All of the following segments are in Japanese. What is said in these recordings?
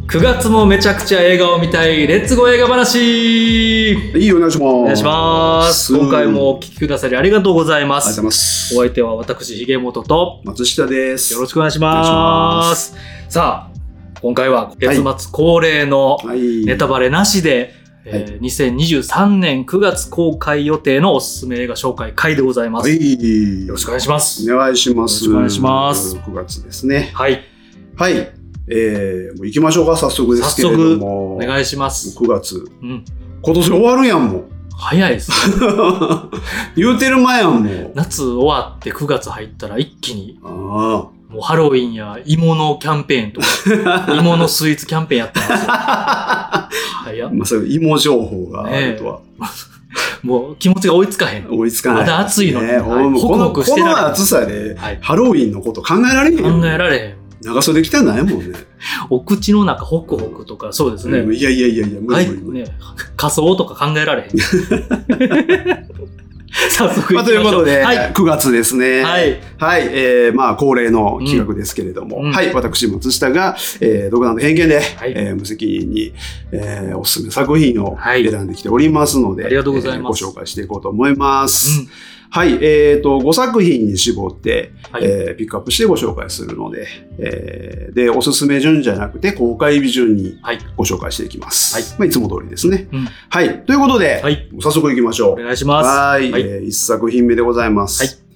9月もめちゃくちゃ映画を見たいレッツゴー映画話。 いいお願いします。 お願いします。今回もお聞きくださりありがとうございます。 ありがとうございます。 お相手は私ひげもとと松下です。 よろしくお願いします。さあ今回は月末恒例のネタバレなしで、2023年9月公開予定のおすすめ映画紹介会でございます。よろしくお願いします。 お願いします。 よろしくお願いします。 9月ですね。 はいはい。もう行きましょうか、早速ですけれども。 お願いします。 9月。今年終わるやんもん。 早いです。 言うてる前やんもん。 夏終わって9月入ったら一気に。 もうハロウィンや芋のキャンペーンとか、芋のスイーツキャンペーンやってますよ。早っ。 そういう芋情報があるとは。 もう気持ちが追いつかへん。 追いつかない。 まだ暑いのに。 この暑さで、ハロウィンのこと考えられへん。 考えられへん。 長袖着たないもんね。お口の中ホクホクとか、そうですね。 いや、無理。 仮装とか考えられへん。早速ということで、9月ですね。はい。恒例の企画ですけれども、私、松下が、独断と偏見で、無責任に、おすすめ作品を選んできておりますので、 ありがとうございます。 ご紹介していこうと思います。はい。5作品に絞って、ピックアップしてご紹介するので、で、おすすめ順じゃなくて、公開日順にご紹介していきます。いつも通りですね。はい。ということで、早速行きましょう。 お願いします。 はい。1作品目でございます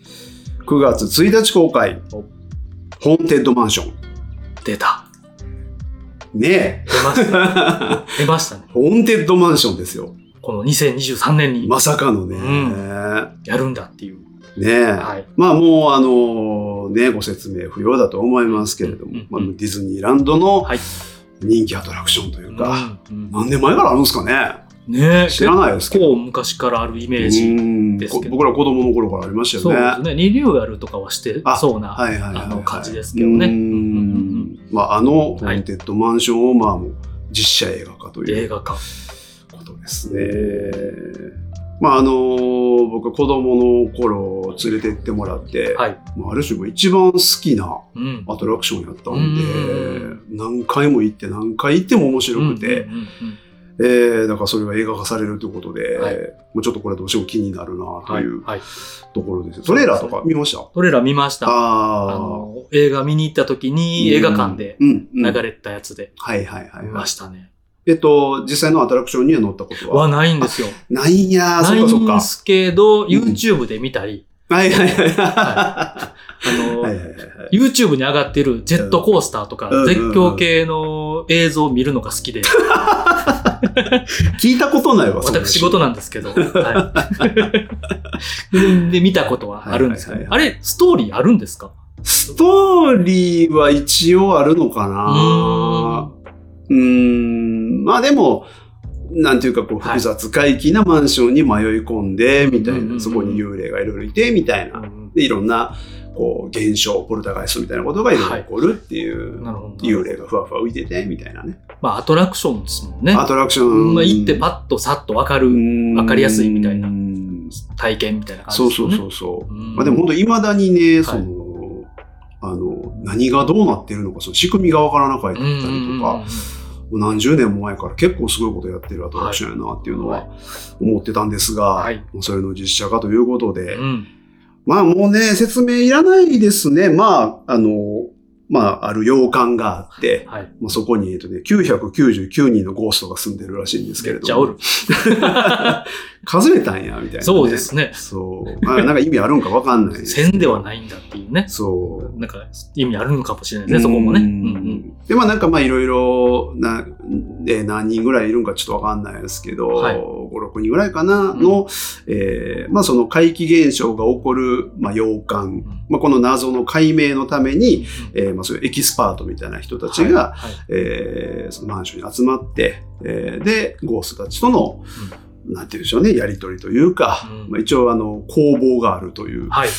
。9月1日公開、ホーンテッドマンション。 出た。 ねえ。 出ました。出ましたね。 ホーンテッドマンションですよ。 この2023年に。 まさかのね。 やるんだっていう。 ねえ。もうご説明不要だと思いますけれども、ディズニーランドの人気アトラクションというか、何年前からあるんですかね。 ねえ。 知らないですけど。 結構昔からあるイメージですけど。 僕ら子供の頃からありましたよね。 そうですね。リニューアルとかはしてそうな感じですけどね。 ホーンテッドマンションをもう実写映画化という。 映画化。 ですね。僕は子供の頃連れて行ってもらって、ある種一番好きなアトラクションやったんで、何回も行って何回行っても面白くて、だからそれが映画化されるということで、もうちょっとこれどうしても気になるなというところです。トレーラーとか見ました？ トレーラー見ました。映画見に行った時に映画館で流れたやつで見ましたね。 実際のアトラクションには乗ったことはないんですよ。 ないんや、そっかそっか。 ないんですけど、YouTube で見たり。YouTube に上がってるジェットコースターとか、絶叫系の映像を見るのが好きで。 聞いたことないわ、 私事なんですけど。で、見たことはあるんですけど。あれ、ストーリーあるんですか？ ストーリーは一応あるのかな？でも、なんていうか複雑怪奇なマンションに迷い込んで、みたいな、そこに幽霊がいろいろいて、みたいな。で、いろんな、現象、ポルターガイストみたいなことがいろいろ起こるっていう、幽霊がふわふわ浮いてて、みたいなね。 アトラクションですもんね。 アトラクション。 行ってパッとさっとわかりやすいみたいな体験みたいな感じですね。 そう。でも本当未だにね、何がどうなってるのか、その仕組みがわからなかったりとか、何十年も前から結構すごいことやってるアトラクションやなっていうのは思ってたんですが、それの実写化ということで、もうね、説明いらないですね。ある洋館があって、そこに999人のゴーストが住んでるらしいんですけれども。めっちゃおる。数えたんや、みたいな、 そうですね。 そう。なんか意味あるんかわかんないです。 線ではないんだっていうね。 そう。 なんか意味あるのかもしれないですね、そこもね。 で、いろいろ何人ぐらいいるんかちょっとわかんないですけど、5、6人ぐらいかな、の、その怪奇現象が起こる、洋館、この謎の解明のために、そういうエキスパートみたいな人たちが、そのマンションに集まって、で、ゴーストたちとの、なんていうんでしょうね、やりとりというか、一応工房があるという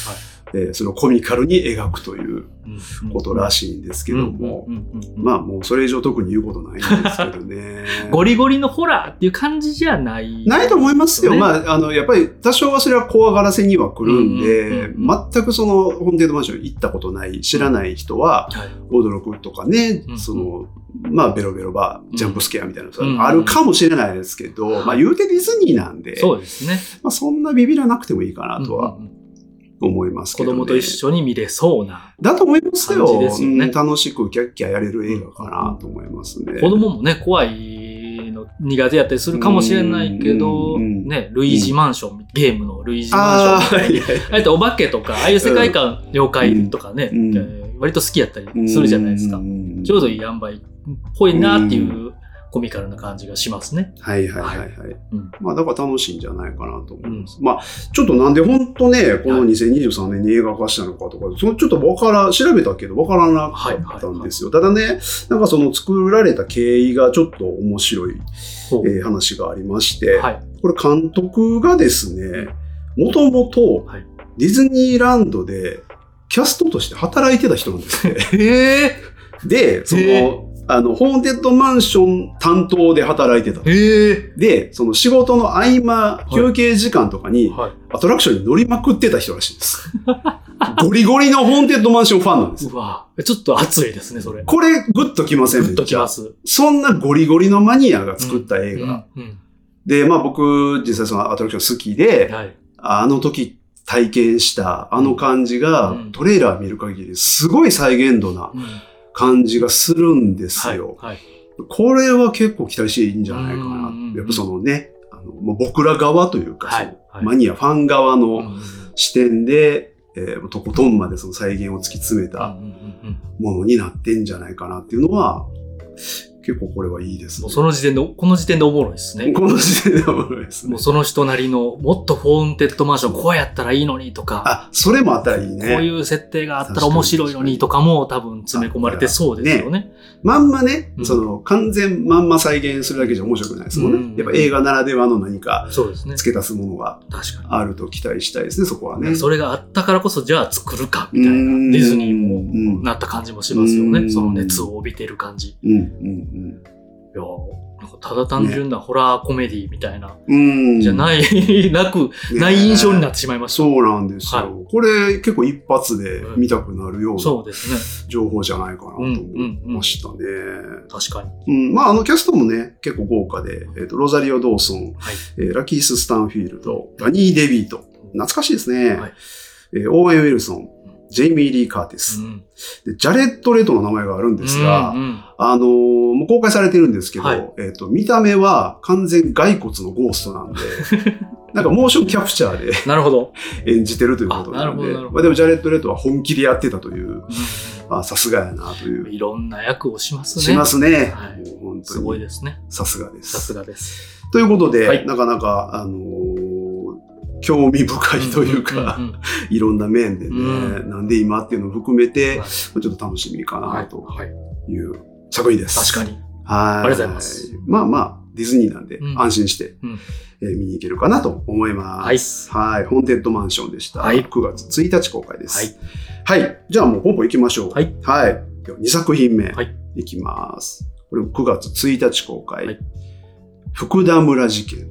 それをコミカルに描くということらしいんですけども、まあもうそれ以上特に言うことないんですけどね。 ゴリゴリのホラーっていう感じじゃない、 ないと思いますよ。まあ、やっぱり多少はそれは怖がらせには来るんで、全くそのホーンテッドマンション行ったことない、知らない人は驚くとかね、まあベロベロジャンプスケアみたいなのあるかもしれないですけど、まあ言うてディズニーなんで、 そうですね。 まあそんなビビらなくてもいいかなとは思いますけどね。 子供と一緒に見れそうな。 だと思いますよ。 感じですよね。 楽しくキャッキャやれる映画かなと思いますね。 子供もね、怖いの苦手やったりするかもしれないけど、ね、ルイージマンション、ゲームのルイージマンションみたいな。あえてお化けとか、ああいう世界観、妖怪とかね、割と好きやったりするじゃないですか。ちょうどいい塩梅っぽいなっていうコミカルな感じがしますね。 はいはいはいはい。まあだから楽しいんじゃないかなと思います。まあちょっとなんで本当ね、この2023年に映画化したのかとか、ちょっと調べたけどわからなかったんですよ。ただね、なんかその作られた経緯がちょっと面白い話がありまして、これ監督がですね、もともとディズニーランドでキャストとして働いてた人なんですね。で、ホーンテッドマンション担当で働いてた。で、その仕事の合間、休憩時間とかに、アトラクションに乗りまくってた人らしいです。ゴリゴリのホーンテッドマンションファンなんです。 うわちょっと熱いですね、それ。 これ、グッときません？ グッときます。 そんなゴリゴリのマニアが作った映画。で、まあ僕、実際そのアトラクション好きで、あの時体験したあの感じが、トレーラー見る限りすごい再現度な、感じがするんですよ。これは結構期待していいんじゃないかな。やっぱそのね、もう僕ら側というか、マニア、ファン側の視点で、とことんまでその再現を突き詰めたものになってんじゃないかなっていうのは、結構これはいいですね。 もうこの時点でおもろいですね。 この時点でおもろいですね。 もうその人なりの、もっとホーンテッドマンションこうやったらいいのにとか。 あ、それもあったらいいね。 こういう設定があったら面白いのにとかも多分詰め込まれてそうですよね。 まんまね、その完全まんま再現するだけじゃ面白くないですもんね。やっぱ映画ならではの何か付け足すものがあると期待したいですね、そこはね。 それがあったからこそじゃあ作るかみたいな。ディズニーもなった感じもしますよね。その熱を帯びてる感じ。いやなんかただ単純なホラーコメディみたいな、じゃないない印象になってしまいました。 そうなんですよ。これ結構一発で見たくなるような情報じゃないかなと思いましたね。 確かに。 まあキャストもね、結構豪華で、ロザリオ・ドーソン、ラキース・スタンフィールド、ラニー・デビート、懐かしいですね。オーウェン・ウィルソン、ジェイミー・リー・カーティス、でジャレット・レトの名前があるんですが、もう公開されてるんですけど、見た目は完全骸骨のゴーストなんで、なんかモーションキャプチャーでなるほど演じてるということなんで、でもジャレット・レトは本気でやってたという、さすがやなという。 いろんな役をしますね。 しますね。もう本当にすごいですね。 さすがです。 さすがです。 ということで、なかなか、興味深いというか、いろんな面でね、なんで今っていうのを含めて、ちょっと楽しみかなという作品です。 確かに。 ありがとうございます。 まあまあ、ディズニーなんで安心して見に行けるかなと思います。はい。ホーンテッドマンションでした。9月1日公開です。はい。じゃあもうポンポン行きましょう。はい。では2作品目いきます。これも9月1日公開。福田村事件。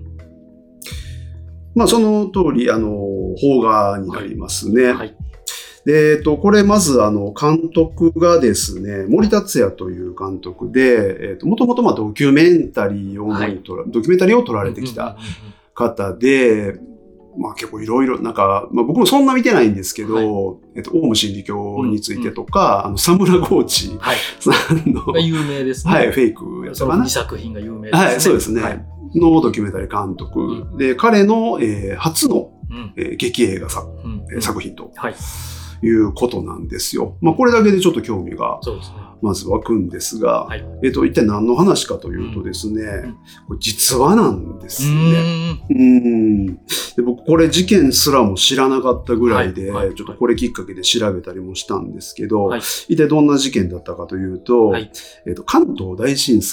まあ、その通り、邦画になりますね。で、これ、まず、監督がですね、森達也という監督で、もともと、ドキュメンタリーを撮られてきた方で、まあ、結構いろいろ、なんか、まあ、僕もそんな見てないんですけど、オウム真理教についてとか、サムラゴーチさんの、 有名ですね。 フェイクやったかな。 2作品が有名ですね。 そうですね。のドキュメンタリー監督で、彼の、初の、劇映画作品ということなんですよ。まあ、これだけでちょっと興味がまず湧くんですが、一体何の話かというとですね、これ実話なんですよね。で僕これ事件すらも知らなかったぐらいで、ちょっとこれきっかけで調べたりもしたんですけど、一体どんな事件だったかというと、関東大震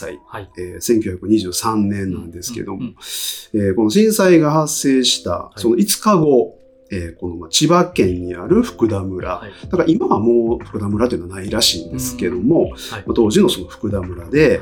災、1923年なんですけども、この震災が発生したその5日後、 この千葉県にある福田村、だから今はもう福田村というのはないらしいんですけども、当時のその福田村で、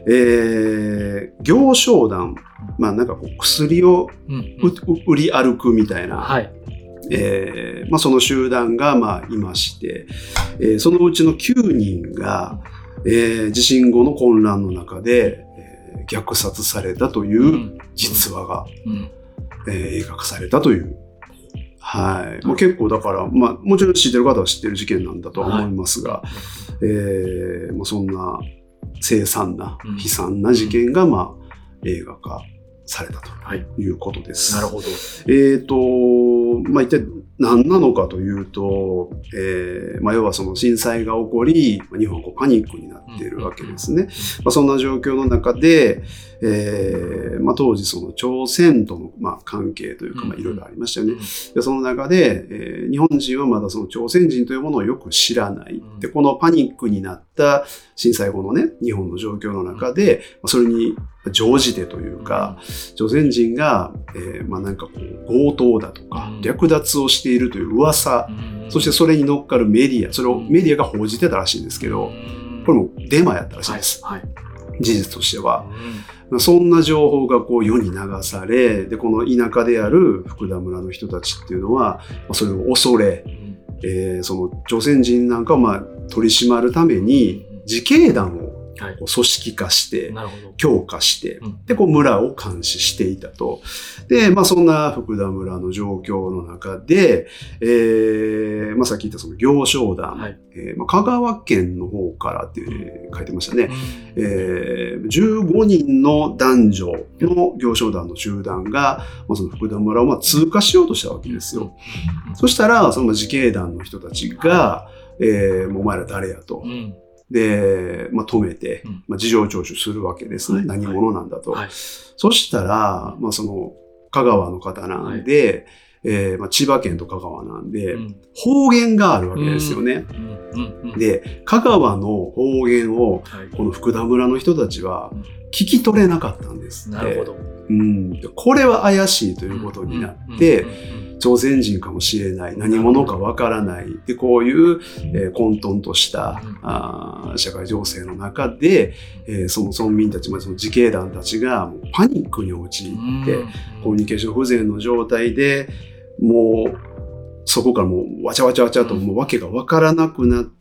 行商団、なんかこう薬を売り歩くみたいな、その集団がいまして、そのうちの9人が、地震後の混乱の中で、虐殺されたという実話が、映画化されたという。もう結構だから、もちろん知ってる方は知ってる事件なんだとは思いますが、もうそんな凄惨な、悲惨な事件が、映画化されたということです。 なるほど。 一体何なのかというと、要はその震災が起こり、日本はこうパニックになっているわけですね。そんな状況の中で、当時その朝鮮との関係というかいろいろありましたよね。でその中で、日本人はまだその朝鮮人というものをよく知らない。でこのパニックになった震災後のね、日本の状況の中で、それに乗じてというか、朝鮮人が、なんかこう強盗だとか略奪をしているという噂、そしてそれに乗っかるメディア、それをメディアが報じてたらしいんですけど、これもデマやったらしいです。事実としては。そんな情報がこう世に流され、で、この田舎である福田村の人たちっていうのは、それを恐れ、その朝鮮人なんかを取り締まるために自警団を組織化して、強化して、で、こう村を監視していたと。で、そんな福田村の状況の中で、さっき言ったその行商団、香川県の方からって書いてましたね。15人の男女の行商団の集団が、その福田村を通過しようとしたわけですよ。そしたら、その自警団の人たちが、お前ら誰やと。で、止めて、事情聴取するわけですね。何者なんだと。そしたら、その、香川の方なんで、千葉県と香川なんで、方言があるわけですよね。で、香川の方言を、この福田村の人たちは聞き取れなかったんですって。 なるほど。 これは怪しいということになって、朝鮮人かもしれない、何者かわからない。で、こういう、混沌とした社会情勢の中で、その村民たち、その自警団たちがもうパニックに陥って、コミュニケーション不全の状態で、もう、そこからもう、わちゃわちゃわちゃと、もう訳がわからなくなって、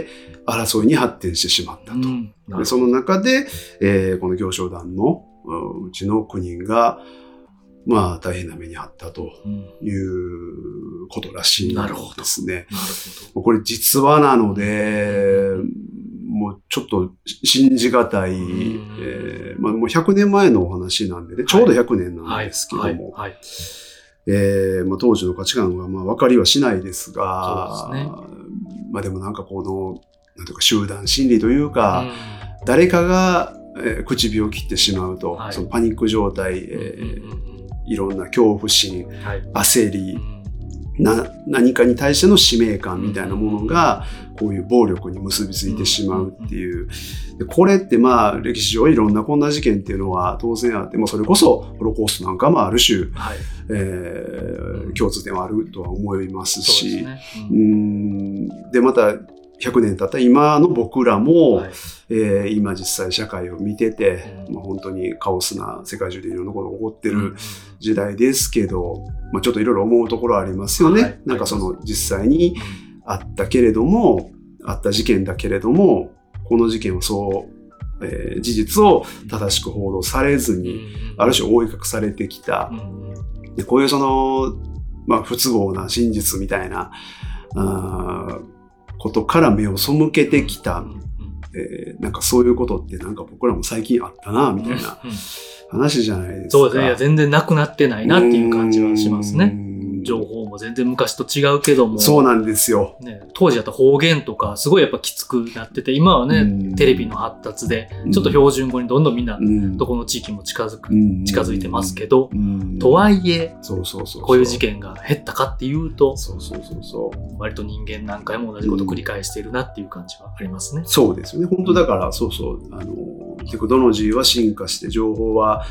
争いに発展してしまったと。でその中で、この行商団のうちの9人が、大変な目に遭ったということらしいですね。これ実話なので、もうちょっと信じがたい、もう100年前のお話なんでね、ちょうど100年なんですけども、当時の価値観が分かりはしないですが、でもなんかこの、なんていうか集団心理というか、誰かが口火を切ってしまうと、そのパニック状態、いろんな恐怖心、焦り、何かに対しての使命感みたいなものが、こういう暴力に結びついてしまうっていう。でこれって歴史上いろんなこんな事件っていうのは当然あって、それこそホロコーストなんかもある種、共通点はあるとは思いますし、で、また、100年経った今の僕らも、今実際社会を見てて、本当にカオスな世界中でいろんなことが起こってる時代ですけど、ちょっといろいろ思うところありますよね。なんかその実際にあったけれども、あった事件だけれども、この事件はそう、事実を正しく報道されずに、ある種覆い隠されてきた。でこういうその、不都合な真実みたいな、ことから目を背けてきた、なんかそういうことってなんか僕らも最近あったなみたいな話じゃないですか。 そうですね。いや全然なくなってないなっていう感じはしますね。情報も全然昔と違うけども。 そうなんですよ。 当時だった方言とかすごいやっぱきつくなってて、今はね、テレビの発達で、ちょっと標準語にどんどんみんな、どこの地域も近づいてますけど、とはいえ、こういう事件が減ったかっていうと、割と人間何回も同じことを繰り返しているなっていう感じはありますね。 そうですよね。本当だから、テクノロジーは進化して情報は、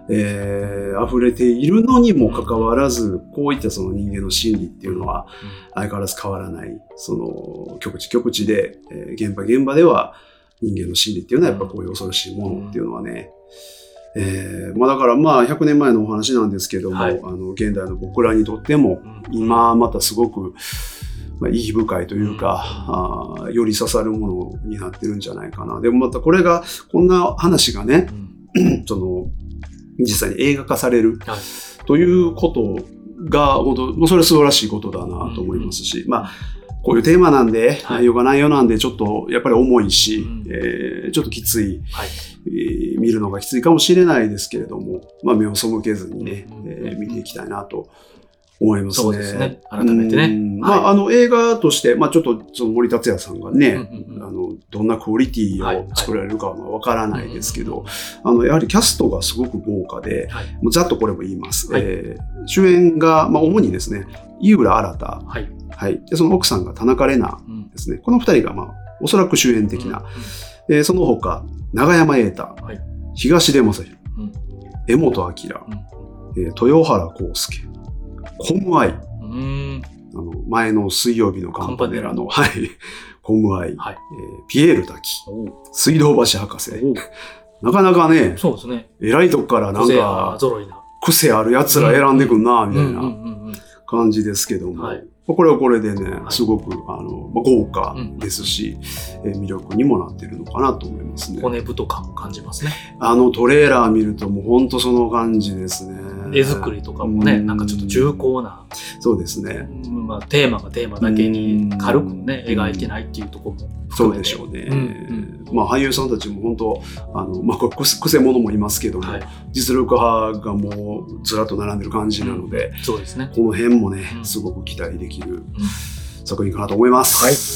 溢れているのにもかかわらず、こういったその人間の心理っていうのは相変わらず変わらない。その局地局地で、現場現場では人間の心理っていうのはやっぱこういう恐ろしいものっていうのはね、だから100年前のお話なんですけども、現代の僕らにとっても今またすごく意義深いというか、より刺さるものになってるんじゃないかな。でもまたこれが、こんな話がね、その実際に映画化されるということが本当、それは素晴らしいことだなと思いますし、こういうテーマなんで、内容なんでちょっとやっぱり重いし、ちょっときつい、見るのがきついかもしれないですけれども、目を背けずにね、見ていきたいなと思いますね。 そうですね。改めてね。 映画として、ちょっとその森達也さんがね、どんなクオリティを作られるかはわからないですけど、やはりキャストがすごく豪華で、もうざっとこれも言います。主演が、主にですね、井浦新。で、その奥さんが田中玲奈ですね。この二人が、おそらく主演的な。その他、永山瑛太、東出昌大、江本明、豊原康介、コムアイ、前の水曜日のカンパネラの、コムアイ、ピエール滝、水道橋博士。なかなかね、 そうですね。 偉いとこからなんか、癖ある奴ら選んでくんな、みたいな感じですけども。これはこれでね、すごく豪華ですし、魅力にもなっているのかなと思いますね。 骨太感を感じますね。 トレーラー見るともう本当その感じですね。 絵作りとかもね、なんかちょっと重厚な。 そうですね。 テーマがテーマだけに軽くね、描いてないっていうところもそうでしょうね。俳優さんたちも本当、くせ者もいますけども、実力派がもうずらっと並んでる感じなので、 そうですね。 この辺もね、すごく期待できる作品かなと思います。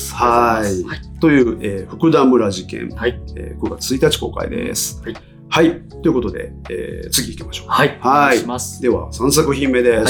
という、福田村事件、9月1日公開です。ということで、次行きましょう。 お願いします。 では、3作品目です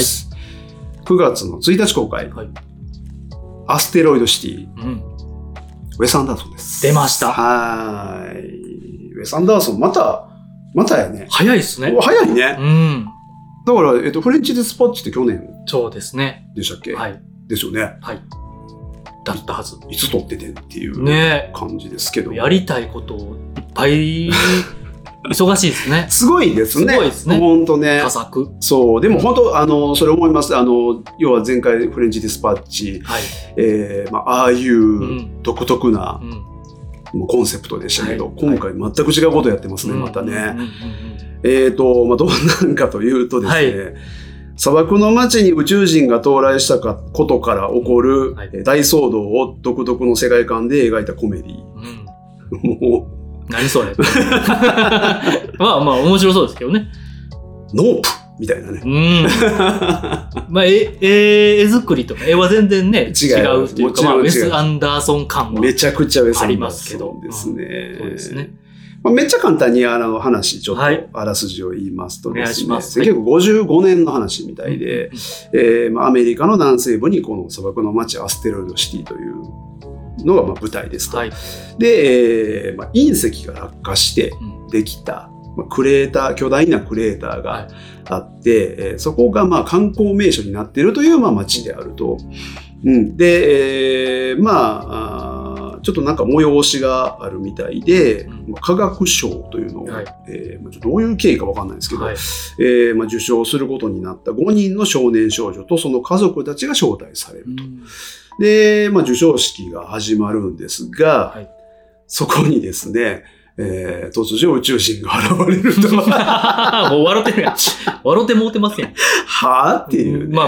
。9月の1日公開、アステロイドシティ、ウェス・アンダーソンです。 出ました。 ウェス・アンダーソン、またやね。 早いですね。 早いね。だから、フレンチ・ディスパッチって去年そうですね。 でしたっけ？ですよね。 だったはず。 いつ撮っててっていう感じですけど。 やりたいことをいっぱい忙しいですね。 すごいですね。 すごいですね。 本当ね。 佳作。 そう。でも本当、それ思います。要は前回フレンチ・ディスパッチ、ああいう独特なコンセプトでしたけど、今回全く違うことやってますね、またね。どうなんかというとですね、砂漠の街に宇宙人が到来したことから起こる大騒動を独特の世界観で描いたコメディ。もう何それ面白そうですけどね。 ノープみたいなね。 絵作りとか絵は全然ね、違うっていうか、ウェス・アンダーソン感はめちゃくちゃウェス・アンダーソンですね。 そうですね。 めっちゃ簡単に話、ちょっとあらすじを言いますとですね、1955年の話みたいで、アメリカの南西部にこの砂漠の街アステロイドシティというのが舞台ですと。で、隕石が落下してできたクレーター、巨大なクレーターがあって、そこが観光名所になっているという街であると。で、ちょっとなんか催しがあるみたいで、科学賞というのを、どういう経緯かわかんないですけど、受賞することになった5人の少年少女とその家族たちが招待されると。で、授賞式が始まるんですが、そこにですね、突如宇宙人が現れると。 もう笑ってるやん。笑ってもうてますやん。 はぁっていうね。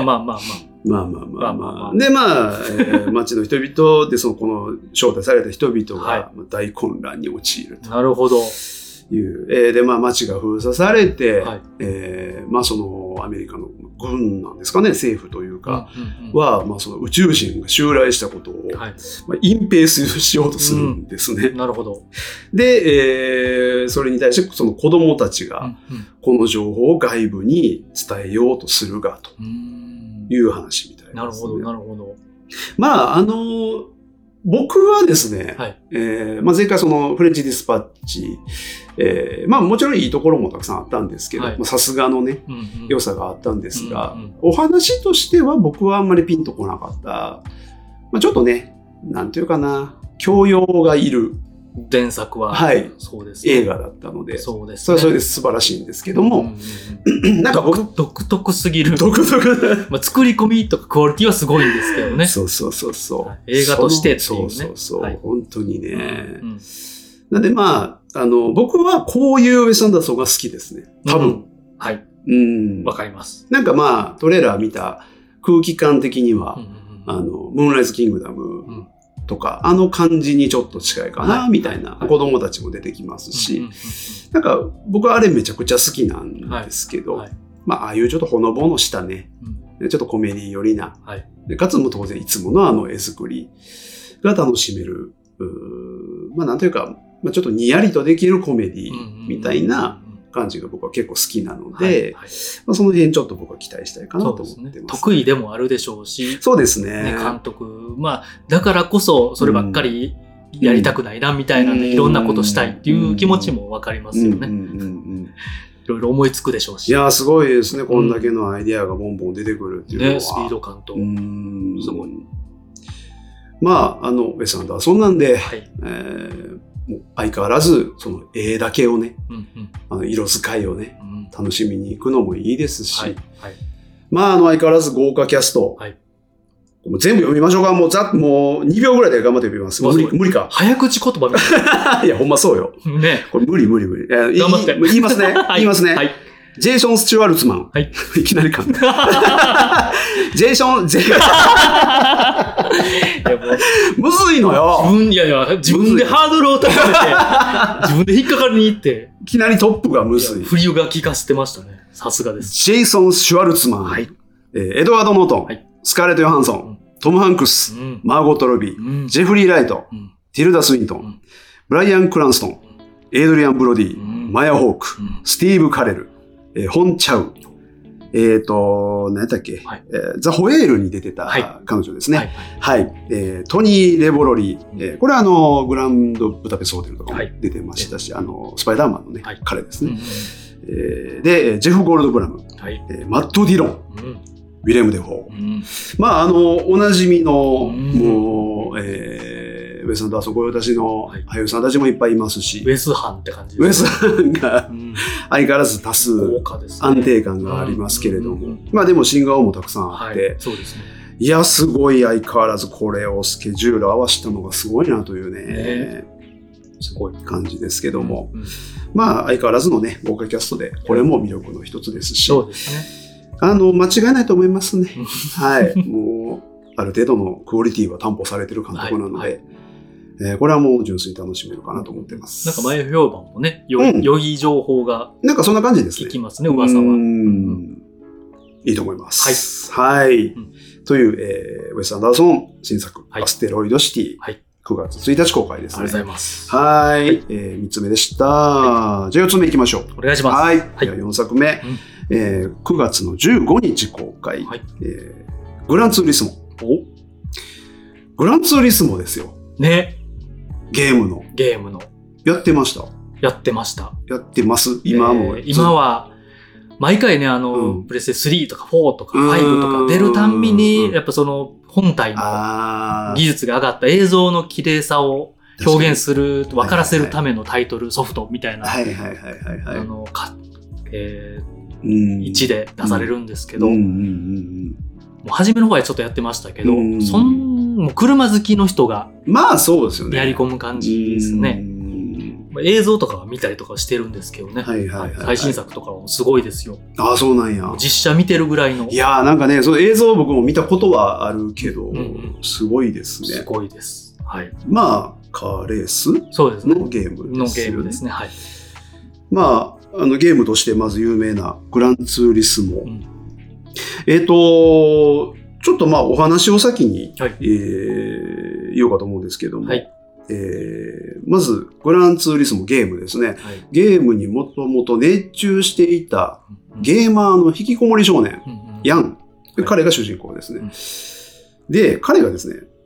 で、街の人々で、この招待された人々が大混乱に陥ると。 なるほど。 で、街が封鎖されて、そのアメリカの軍なんですかね、政府というか、は、その宇宙人が襲来したことを、隠蔽しようとするんですね。 なるほど。 で、それに対して、その子供たちが、この情報を外部に伝えようとするが、という話みたいですね。 なるほど、なるほど。 僕はですね、 はい。 前回そのフレンチディスパッチ、もちろんいいところもたくさんあったんですけど、 はい、 さすがのね、 うんうん、 良さがあったんですが、 うんうん、 お話としては僕はあんまりピンとこなかった。ちょっとね、なんていうかな、教養がいる。 前作は、 はい。 そうですね。 映画だったので、 そうですね。 それはそれで素晴らしいんですけども、 なんか僕、独特すぎる。 独特作り込みとかクオリティはすごいんですけどね。 そうそうそうそう。 映画としてっていうね。 そうそうそう。はい、本当にね。なんで僕はこういうウェス・アンダーソンが好きですね。多分。 はい。わかります。 なんかトレーラー見た空気感的には、ムーンライズ・キングダム、とか、あの感じにちょっと近いかな、みたいな、子供たちも出てきますし、なんか僕はあれめちゃくちゃ好きなんですけど、ああいうちょっとほのぼのしたね、ちょっとコメディ寄りな、でかつも当然いつもの絵作りが楽しめる、なんというか、ちょっとにやりとできるコメディみたいな感じが僕は結構好きなので、その辺ちょっと僕は期待したいかなと思ってます。 得意でもあるでしょうし。 そうですね。 監督。だからこそそればっかりやりたくないなみたいなんで、いろんなことしたいっていう気持ちもわかりますよね。いろいろ思いつくでしょうし。 いやーすごいですね。こんだけのアイデアがボンボン出てくるっていうのは。 ね、スピード感と。すごい。 ウェス・アンダーソンなんで、もう相変わらず、その絵だけをね、色使いをね、楽しみに行くのもいいですし、相変わらず豪華キャスト、もう全部読みましょうか。もう2秒ぐらいで頑張って読みます。無理か。 早口言葉みたいな。 いや、ほんまそうよ。 ね。 これ無理。 頑張って。 言いますね。言いますね。ジェイソン・スチュワルツマン。いきなりかん。ジェイソン、むずいのよ。 自分でハードルを高めて、自分で引っかかりに行って。 いきなりトップがむずい。 振りが効かせてましたね。さすがです。 ジェイソン・スチュワルツマン。エドワード・ノートン。スカーレット・ヨハンソン。トム・ハンクス。マーゴット・ロビー。ジェフリー・ライト。ティルダ・スウィントン。ブライアン・クランストン。エイドリアン・ブロディ。マヤ・ホーク。スティーブ・カレル。ホン・チャウ。何やったっけ、ザ・ホエールに出てた彼女ですね。トニー・レボロリー。これはグランド・ブダペストホテルとかも出てましたし、スパイダーマンのね、彼ですね。で、ジェフ・ゴールドブラム。マット・ディロン。ウィレム・デフォー。おなじみの、もう、ウェス・アンダーソン御用達の俳優さんたちもいっぱいいますし。 ウェス班って感じですね。 ウェス班が相変わらず多数安定感がありますけれども。でも新顔もたくさんあって。 そうですね。 いや、すごい相変わらずこれをスケジュール合わせたのがすごいなというね。すごい感じですけども。相変わらずのね、豪華キャストで、これも魅力の一つですし。 そうですね。 間違いないと思いますね。もう、ある程度のクオリティは担保されてる監督なので、これはもう純粋に楽しめるかなと思ってます。 なんか前評判もね、良い情報が。 なんかそんな感じですね。 聞きますね、噂は。 いいと思います。はい。という、ウェス・アンダーソン新作、アステロイドシティ。9月1日公開ですね。 ありがとうございます。 はい。3つ目でした。じゃあ4つ目行きましょう。 お願いします。 はい。じゃあ4作目。9月の15日公開。グランツーリスモ。グランツーリスモですよ。 ね。 ゲームの。やってました。 やってました。 やってます。今も。 今は、毎回ね、プレステ3とか4とか5とか出るたんびに、やっぱその本体の技術が上がった映像の綺麗さを表現する、分からせるためのタイトル、ソフトみたいな、1で出されるんですけど、もう初めの方はちょっとやってましたけど、もう車好きの人がそうですよね。 やり込む感じですね。映像とかは見たりとかしてるんですけどね。最新作とかもすごいですよ。 そうなんや。 実写見てるぐらいの。 いやーなんかね、その映像僕も見たことはあるけど、すごいですね。 すごいです。はい。 カーレースのゲームですね。 はい。 ゲームとしてまず有名なグランツーリスモ。ちょっとお話を先に、言おうかと思うんですけども、まず、グランツーリスモゲームですね。ゲームにもともと熱中していたゲーマーの引きこもり少年、ヤン。彼が主人公ですね。で、彼がですね、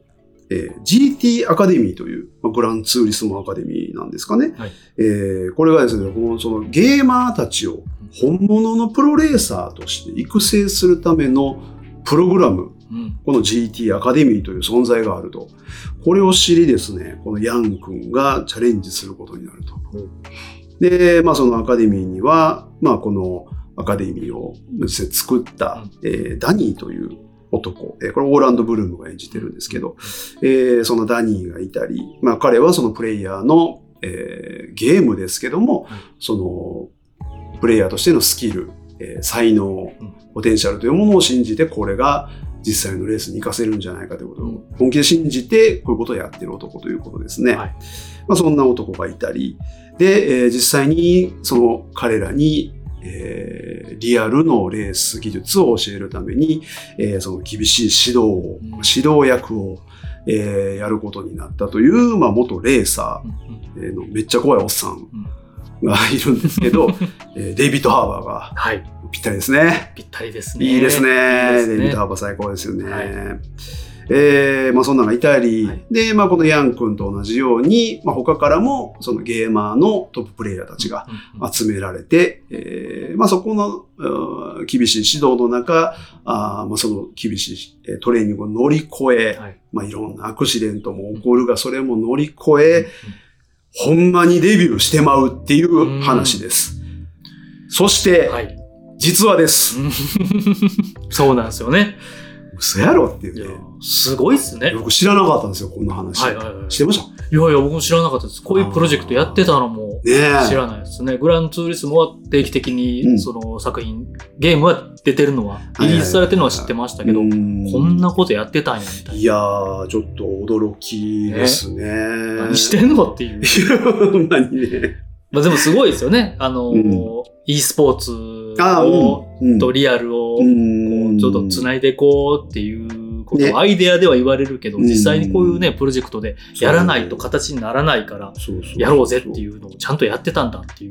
GT アカデミーという、グランツーリスモアカデミーなんですかね。はい、これがですね、そのゲーマーたちを本物のプロレーサーとして育成するためのプログラム、この GT アカデミーという存在があると。これを知りですね、このヤン君がチャレンジすることになると。で、そのアカデミーには、このアカデミーを作った、ダニーという男、これオーランド・ブルームが演じてるんですけど、そのダニーがいたり、彼はそのプレイヤーの、ゲームですけども、そのプレイヤーとしてのスキル、才能、ポテンシャルというものを信じて、これが実際のレースに活かせるんじゃないかということを本気で信じて、こういうことをやってる男ということですね。はい、そんな男がいたり、で、実際にその彼らにリアルのレース技術を教えるために、その厳しい指導役を、やることになったという、元レーサーのめっちゃ怖いおっさんがいるんですけど、デイビッド・ハーバーが、はい、ぴったりですね。 ぴったりですね。 いいですね。デイビッド・ハーバー最高ですよね。はい、そんなのがいたり、はい、で、このヤン君と同じように、他からもそのゲーマーのトッププレイヤーたちが集められて、そこの厳しい指導の中、その厳しいトレーニングを乗り越え、はい、いろんなアクシデントも起こるが、それも乗り越え、ほんまにデビューしてまうっていう話です。そして、はい、実はです。 そうなんですよね。 嘘やろっていうね。 すごいっすね。 僕知らなかったんですよ、こんな話。はいはいはい。知ってました？ いやいや、僕も知らなかったです。こういうプロジェクトやってたのも知らないですね。グランツーリスモは定期的にその作品、ゲームは出てるのは、リリースされてるのは知ってましたけど、こんなことやってたんやみたいな。 いやー、ちょっと驚きですね。 何してんのっていう。 ほんまにね。 でもすごいですよね。e スポーツを、とリアルを、こう、ちょっと繋いでいこうっていうことをアイデアでは言われるけど、実際にこういうね、プロジェクトでやらないと形にならないから、やろうぜっていうのをちゃんとやってたんだっていう。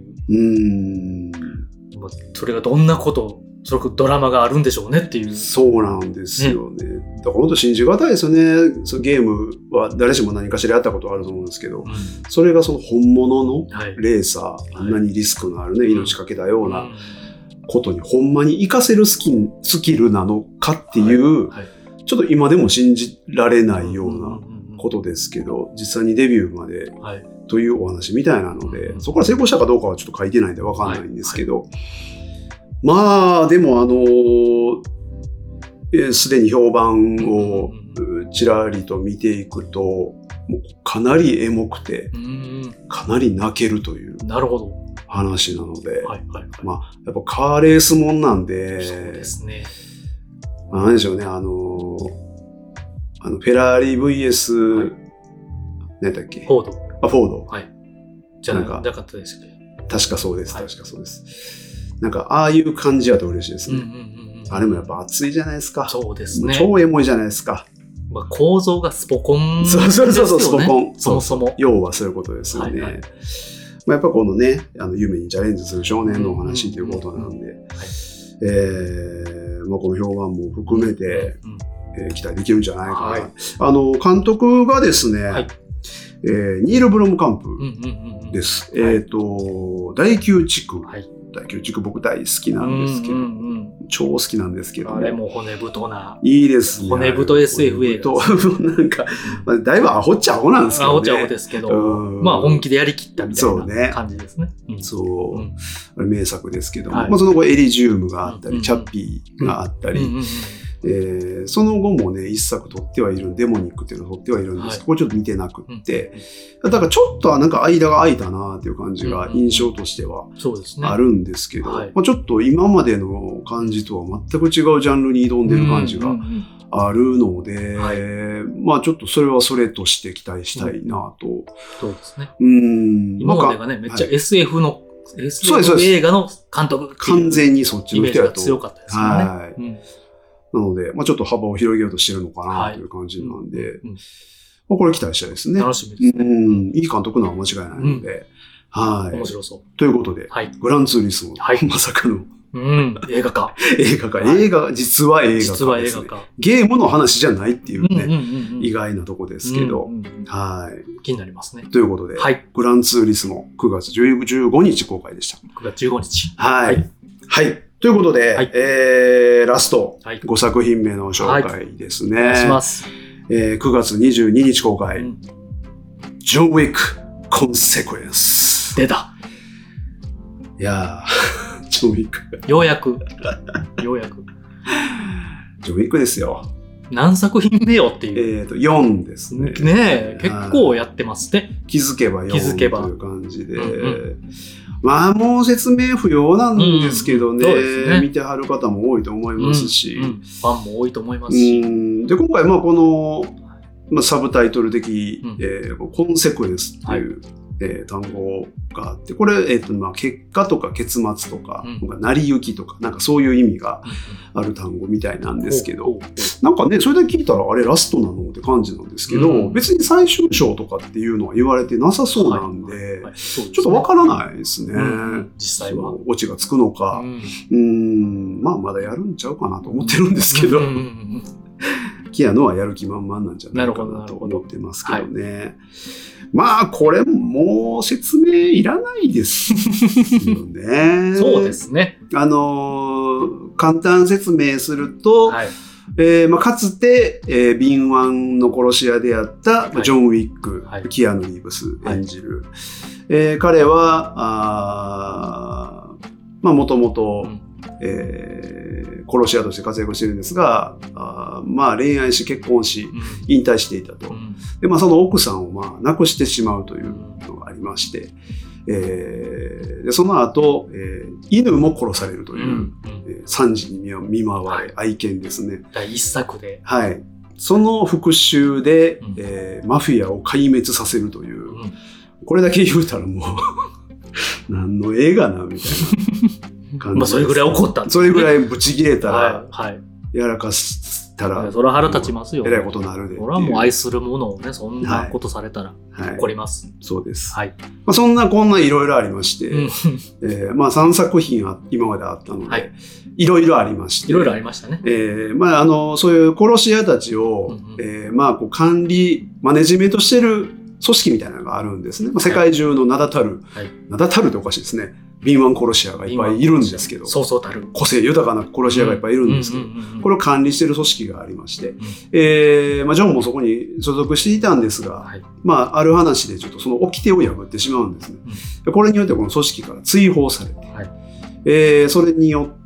それがどんなこと、それドラマがあるんでしょうねっていう。 そうなんですよね。だから本当信じがたいですよね。そのゲームは誰しも何かしらやったことあると思うんですけど、それがその本物のレーサー、あんなにリスクのあるね、命かけたようなことにほんまに活かせるスキルなのかっていう、ちょっと今でも信じられないようなことですけど、実際にデビューまでというお話みたいなので、そこから成功したかどうかはちょっと書いてないんでわかんないんですけど、でもすでに評判をちらりと見ていくと、もうかなりエモくて、かなり泣けるという話なので、やっぱカーレースもんなんで、 そうですね。 なんでしょうね、フェラーリ VS、何だっけ？ フォード。 フォード。 はい。じゃなかったですね。 確かそうです。確かそうです。なんか、ああいう感じだと嬉しいですね。あれもやっぱ熱いじゃないですか。 そうですね。 超エモいじゃないですか。 構造がスポコンですよね。 そう、スポコン。 そもそも。 要はそういうことですよね。やっぱこのね、夢にチャレンジする少年のお話ということなんで、この評判も含めて、期待できるんじゃないかな。監督がですね、ニール・ブロムカンプです。第9地区。第9地区僕大好きなんですけど、超好きなんですけど、 あれも骨太な。 いいですね。 骨太 SF 映画。 なんか、だいぶアホっちゃアホなんですけどね。 アホっちゃアホですけど、本気でやりきったみたいな感じですね。そう。 あれ名作ですけども、その後エリジウムがあったり、チャッピーがあったり、その後もね、一作撮ってはいる、デモニックっていうのを撮ってはいるんですけど、これちょっと見てなくって、だからちょっとなんか間が空いたなっていう感じが印象としてはあるんですけど、ちょっと今までの感じとは全く違うジャンルに挑んでる感じがあるので、ちょっとそれはそれとして期待したいなと。 そうですね。今までがね、めっちゃ SF の、SF 映画の監督。 完全にそっちの人やと。 イメージが強かったですよね。 なので、ちょっと幅を広げようとしてるのかなという感じなんで、これ期待したいですね。 楽しみですね。 いい監督なのは間違いないので、 面白そう。 ということで、グランツーリスモ、まさかの映画化。 実は映画化ですね。ゲームの話じゃないっていうね、意外なとこですけど、はい。 気になりますね。 ということで、グランツーリスモ9月15日公開でした。 9月15日。 はい。はい。ということで、ラスト、5作品目の紹介ですね。お願いします。9月22日公開、ジョン・ウィック・コンセクエンス。 出た。 いやー、ジョン・ウィック。 ようやく。 ジョン・ウィックですよ。 何作品目よっていう。 4ですね。 ねえ、結構やってますね。 気づけば4という感じで。まあもう説明不要なんですけどね、見てはる方も多いと思いますし、 ファンも多いと思いますし。 で、今回この、サブタイトル的、コンセクエンスっていう、単語があって、これ、結果とか結末とか、成り行きとか、なんかそういう意味がある単語みたいなんですけど、なんかね、それだけ聞いたら、あれラストなのって感じなんですけど、別に最終章とかっていうのは言われてなさそうなんで、ちょっとわからないですね。 実際は。 オチがつくのか。まだやるんちゃうかなと思ってるんですけど、キアノはやる気満々なんじゃないかなと思ってますけどね。まあ、これもう説明いらないですよね。 そうですね。 簡単説明すると、かつて、敏腕の殺し屋であったジョン・ウィック、キアヌ・リーブス演じる。彼は、もともと、殺し屋として活躍してるんですが、恋愛し結婚し、引退していたと。で、その奥さんを亡くしてしまうというのがありまして、でその後、犬も殺されるという、惨事に見舞われ、愛犬ですね。 第一作で。 はい。その復讐で、マフィアを壊滅させるという、これだけ言うたらもう、何の映画な、みたいな感じ。 それぐらい怒ったんですね。それぐらいブチ切れたら、やらかしたら、 それは腹立ちますよ。 えらいことになるで。 それはもう愛するものをね、そんなことされたら怒ります。 そうです。はい。そんないろいろありまして、3作品は今まであったので、いろいろありまして。 いろいろありましたね。 そういう殺し屋たちを、管理、マネジメントしてる組織みたいなのがあるんですね。世界中の名だたるっておかしいですね。敏腕殺し屋がいっぱいいるんですけど、 そうそうたる個性豊かな殺し屋がいっぱいいるんですけど、これを管理している組織がありまして、ジョンもそこに所属していたんですが、ある話でちょっとその掟を破ってしまうんですね。これによってこの組織から追放されて、それによって、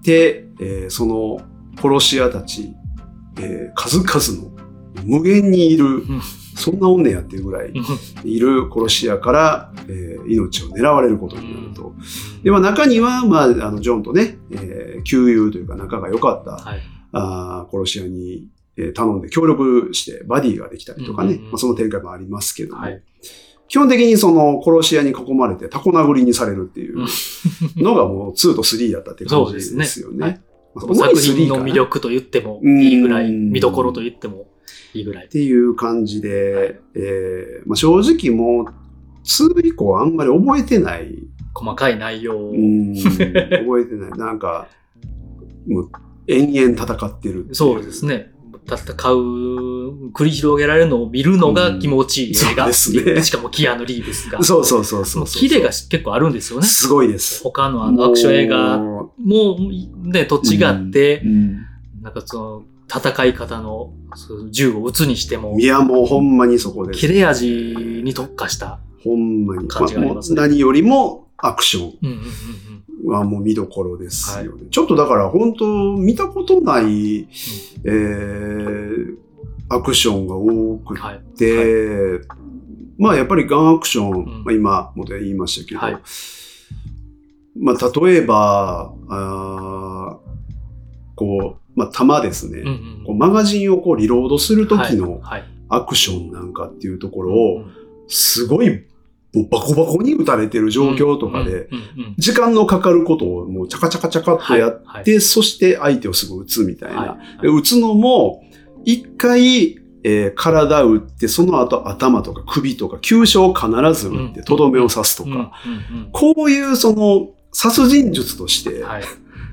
その殺し屋たち、数々の無限にいる、そんな女やっていうぐらいいる殺し屋から、命を狙われることになると。で、中には、ジョンとね、旧友というか仲が良かった、殺し屋に、頼んで協力してバディができたりとかね、その展開もありますけども、基本的にその殺し屋に囲まれてタコ殴りにされるっていうのがもう2と3だったっていう感じですよね。 作品の魅力と言ってもいいぐらい、見どころと言ってもいいぐらい。 っていう感じで、正直もう2以降あんまり覚えてない。 細かい内容を。 覚えてない。なんか、もう延々戦ってる。 そうですね。戦う、繰り広げられるのを見るのが気持ちいい映画。そうですね。しかもキアヌ・リーブスが。 そう。 キレが結構あるんですよね。 すごいです。 他のアクション映画もね、と違って、なんかその、戦い方の銃を撃つにしても。 いや、もうほんまにそこです。 切れ味に特化した感じがありますね。 何よりもアクションはもう見どころですよね。ちょっとだから本当見たことない、アクションが多くて、やっぱりガンアクション、今も言いましたけど、例えば、弾ですね、マガジンをリロードするときのアクションなんかっていうところを、すごいバコバコに撃たれてる状況とかで、時間のかかることをもうチャカチャカチャカっとやって、そして相手をすぐ撃つみたいな。撃つのも、一回、体撃って、その後頭とか首とか急所を必ず撃ってとどめを刺すとか、こういうその殺人術として、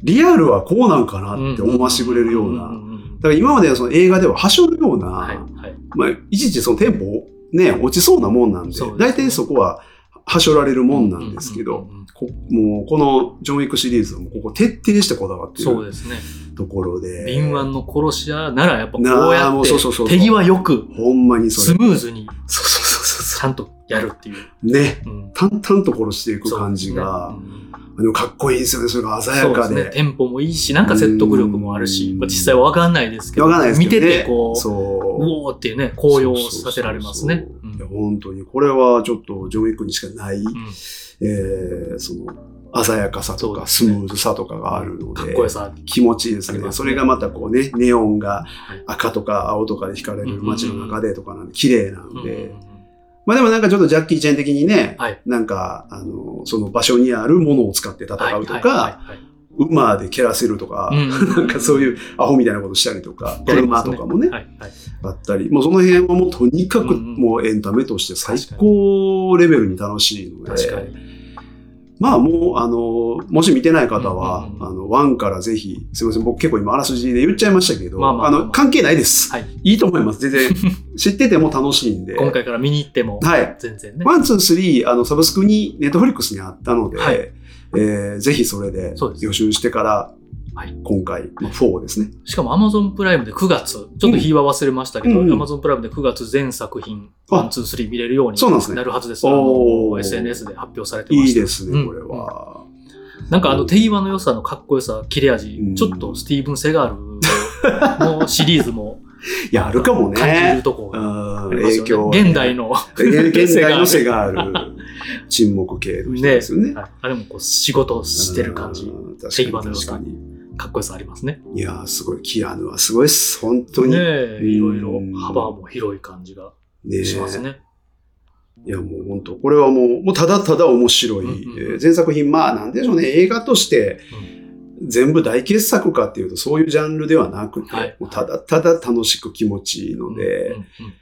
リアルはこうなんかなって思わせてくれるような。だから今まではその映画でははしょるような、 はいはい、 まあ、いちいちそのテンポね、落ちそうなもんなんで、大体そこははしょられるもんなんですけど、もうこのジョン・ウィックシリーズはもうここ徹底してこだわってるそうですねところで。 敏腕の殺し屋ならやっぱこうやって手際よく、 ほんまにスムーズに、ちゃんとやるっていう。 ね、淡々と殺していく感じが、かっこいいですよね、それが鮮やかで。そうですね、 テンポもいいし、なんか説得力もあるし、実際はわかんないですけど、見ててこう、うおーっていうね、高揚させられますね。 本当に、これはちょっとジョン・ウィックにしかない、その、鮮やかさとかスムーズさとかがあるので、 かっこよさ気持ちいいですね。それがまたこうね、ネオンが赤とか青とかで光られる街の中でとかなんで、綺麗なんで、まあでもなんかちょっとジャッキー・チェン的にね、なんか、その場所にあるものを使って戦うとか、馬で蹴らせるとか、なんかそういうアホみたいなことしたりとか、車とかもね、あったり、もうその辺はもうとにかくもうエンタメとして最高レベルに楽しいので、まあもう、もし見てない方は、1からぜひ、すいません、僕結構今あらすじで言っちゃいましたけど、関係ないです。いいと思います。全然、知ってても楽しいんで。 今回から見に行っても、全然ね。 1、2、3、サブスクに、ネットフリックスにあったので、ぜひそれで予習してから、今回、4ですね。 しかも Amazon プライムで9月、ちょっと日は忘れましたけど、Amazon プライムで9月全作品、1、2、3見れるようになるはずです。SNS で発表されてました。 いいですね、これは。 なんか手際の良さのかっこよさ、切れ味、ちょっとスティーブン・セガールのシリーズも、 いや、あるかもね。 感じるとこが影響。 現代のセガール。沈黙系の人ですよね。 あれもこう仕事してる感じ。手際の良さ。かっこよさありますね。 いやー、すごい。キアヌはすごいです。本当に。 ねえ、いろいろ幅も広い感じがしますね。 いや、もう本当、これはもうただただ面白い。前作品、まあなんでしょうね、映画として、全部大傑作かっていうとそういうジャンルではなくて、もうただただ楽しく気持ちいいので、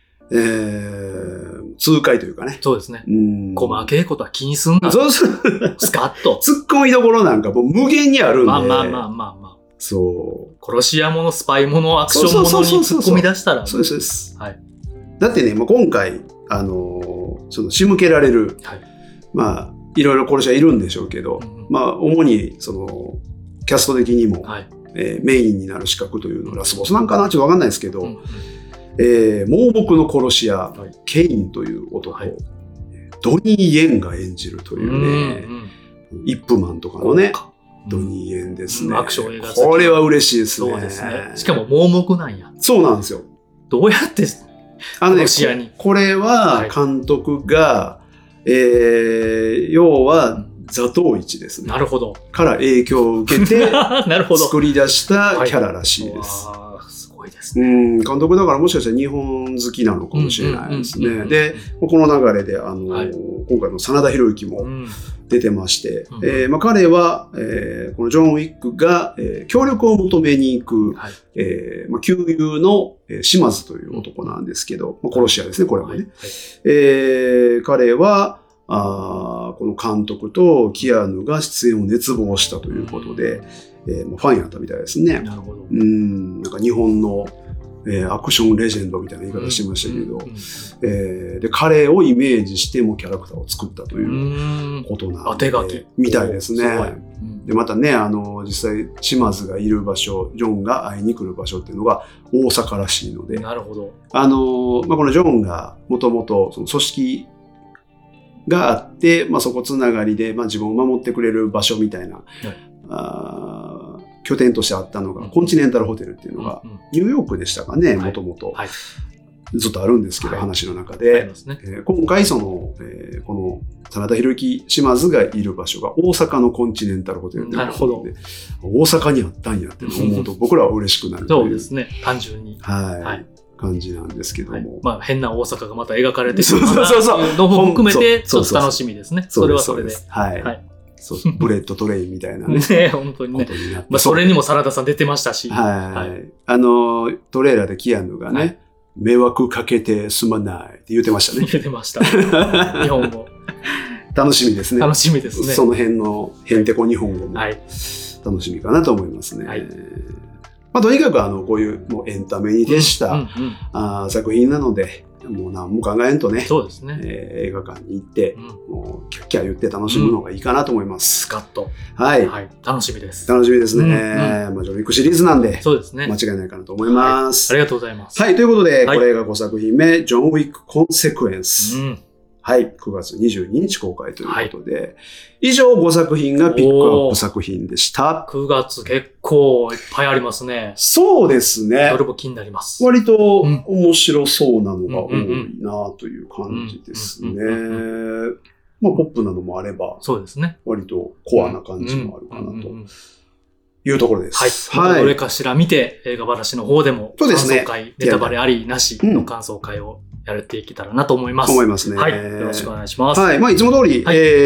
痛快というかね。 そうですね。細けいことは気にすんな。 そうそう。 スカッと。 突っ込みどころなんかもう無限にあるんで。 まあ。 そう。 殺し屋もの、スパイもの、アクションものに突っ込み出したら。 そうです。はい。だってね、今回、その仕向けられる、まあ、いろいろ殺し屋いるんでしょうけど、まあ、主に、その、キャスト的にも、メインになる資格というのはラスボスなんかなちょっとわかんないですけど、盲目の殺し屋、ケインという男、ドニー・イエンが演じるというね、イップマンとかのね、ドニー・イエンですね。 アクション映画これは嬉しいですね。 そうですね。しかも盲目なんや。 そうなんですよ。 どうやって殺し屋に。 これは監督が、要は、座頭市ですね。 なるほど。 から影響を受けて、 なるほど。 作り出したキャラらしいです。 すごいですね。 監督だからもしかしたら日本好きなのかもしれないですね。で、この流れで、今回の真田広之も出てまして、彼は、このジョン・ウィックが、協力を求めに行く、旧友の島津という男なんですけど、殺し屋ですね、これはね。彼は、この監督とキアヌが出演を熱望したということで、ファンやったみたいですね。 なるほど。 なんか日本の、アクションレジェンドみたいな言い方してましたけど、で、彼をイメージしてもキャラクターを作ったということなんで、 手書きみたいですね。で、またね、実際、島津がいる場所、ジョンが会いに来る場所っていうのが大阪らしいので、 なるほど。 このジョンがもともとその組織があって、そこつながりで、自分を守ってくれる場所みたいな、拠点としてあったのが、コンチネンタルホテルっていうのが、ニューヨークでしたかね、もともと。ずっとあるんですけど、話の中で。今回、この、真田広之島津がいる場所が大阪のコンチネンタルホテルっていうことで、大阪にあったんやって思うと、僕らは嬉しくなるという。 そうですね、単純に。 感じなんですけども。 変な大阪がまた描かれてるのも含めて、ちょっと楽しみですね。それはそれで。 ブレッドトレインみたいなね。 本当にね。それにも真田さん出てましたし。 トレーラーでキアヌがね、迷惑かけてすまないって言ってましたね。 言ってました。日本語。 楽しみですね。 楽しみですね。 その辺のへんてこ日本語も。 楽しみかなと思いますね。 はい、 まあ、とにかくこういうもうエンタメに徹した、作品なので、もう何も考えんとね、 そうですね。 映画館に行って、もうキャッキャ言って楽しむのがいいかなと思います。 スカッと。 はい。 はい。楽しみです。 楽しみですね。まあ、ジョン・ウィックシリーズなんで、 そうですね。 間違いないかなと思います。 ありがとうございます。 はい。ということで、これが5作品目、ジョン・ウィック・コンセクエンス。はい。9月22日公開ということで、以上5作品がピックアップ作品でした。 9月結構いっぱいありますね。 そうですね。 どれも気になります。 割と面白そうなのが多いなという感じですね。まあ、ポップなのもあれば、 そうですね。 割とコアな感じもあるかなというところです。 はい。どれかしら見て、映画話の方でも、感想会、ネタバレありなしの感想会をやれていけたらなと思います。 思いますね。 はい。よろしくお願いします。 はい。まあ、いつも通り、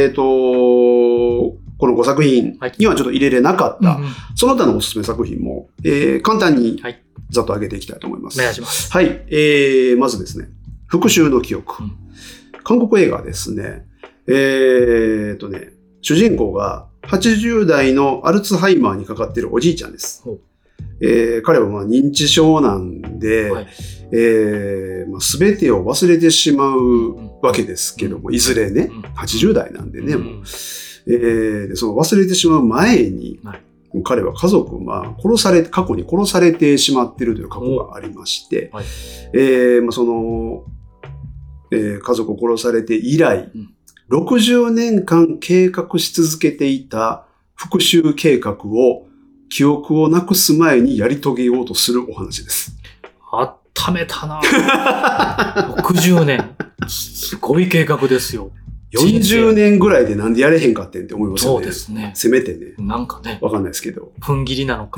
この5作品にはちょっと入れれなかった、その他のおすすめ作品も、簡単にざっと上げていきたいと思います。 お願いします。 はい。まずですね、復讐の記憶。韓国映画ですね。主人公が80代のアルツハイマーにかかっているおじいちゃんです。彼はまあ認知症なんで、全てを忘れてしまうわけですけども、いずれね、80代なんでね、もうその忘れてしまう前に、彼は家族を過去に殺されてしまっているという過去がありまして、その、家族を殺されて以来、60年間計画し続けていた復讐計画を記憶をなくす前にやり遂げようとするお話です。 温めたな60年。すごい計画ですよ。 40年ぐらいでなんでやれへんかってんって思いますよね。 そうですね。 せめてね。 なんかね。 わかんないですけど。 踏ん切りなのか。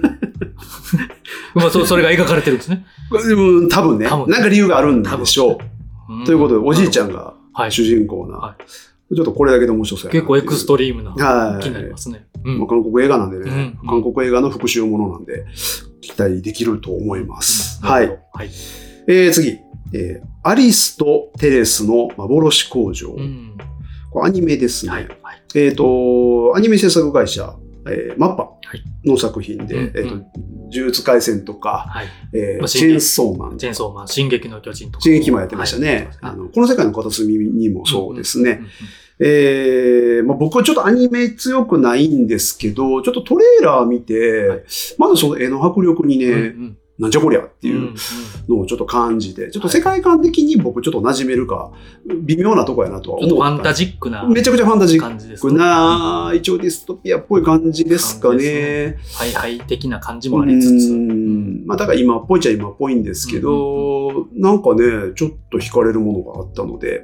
まあそれが描かれてるんですね。 でも多分ね。なんか理由があるんでしょう。ということで、おじいちゃんが主人公な。ちょっとこれだけで面白そうやな。 結構エクストリームな気になりますね。 韓国映画なんでね。韓国映画の復讐ものなんで、期待できると思います。はい。次。アリスとテレスの幻工場。これアニメですね。アニメ制作会社、マッパの作品で、呪術廻戦とか、チェーンソーマン。 進撃の巨人とか。 進撃もやってましたね。この世界の片隅にもそうですね。僕はちょっとアニメ強くないんですけど、ちょっとトレーラー見て、まずその絵の迫力にね、なんじゃこりゃっていうのをちょっと感じて、ちょっと世界観的に僕ちょっと馴染めるか、微妙なとこやなとは思った。 ちょっとファンタジックな。 めちゃくちゃファンタジックな、一応ディストピアっぽい感じですかね。 ハイハイ的な感じもありつつ。 まあだから今っぽいっちゃ今っぽいんですけど、なんかね、ちょっと惹かれるものがあったので、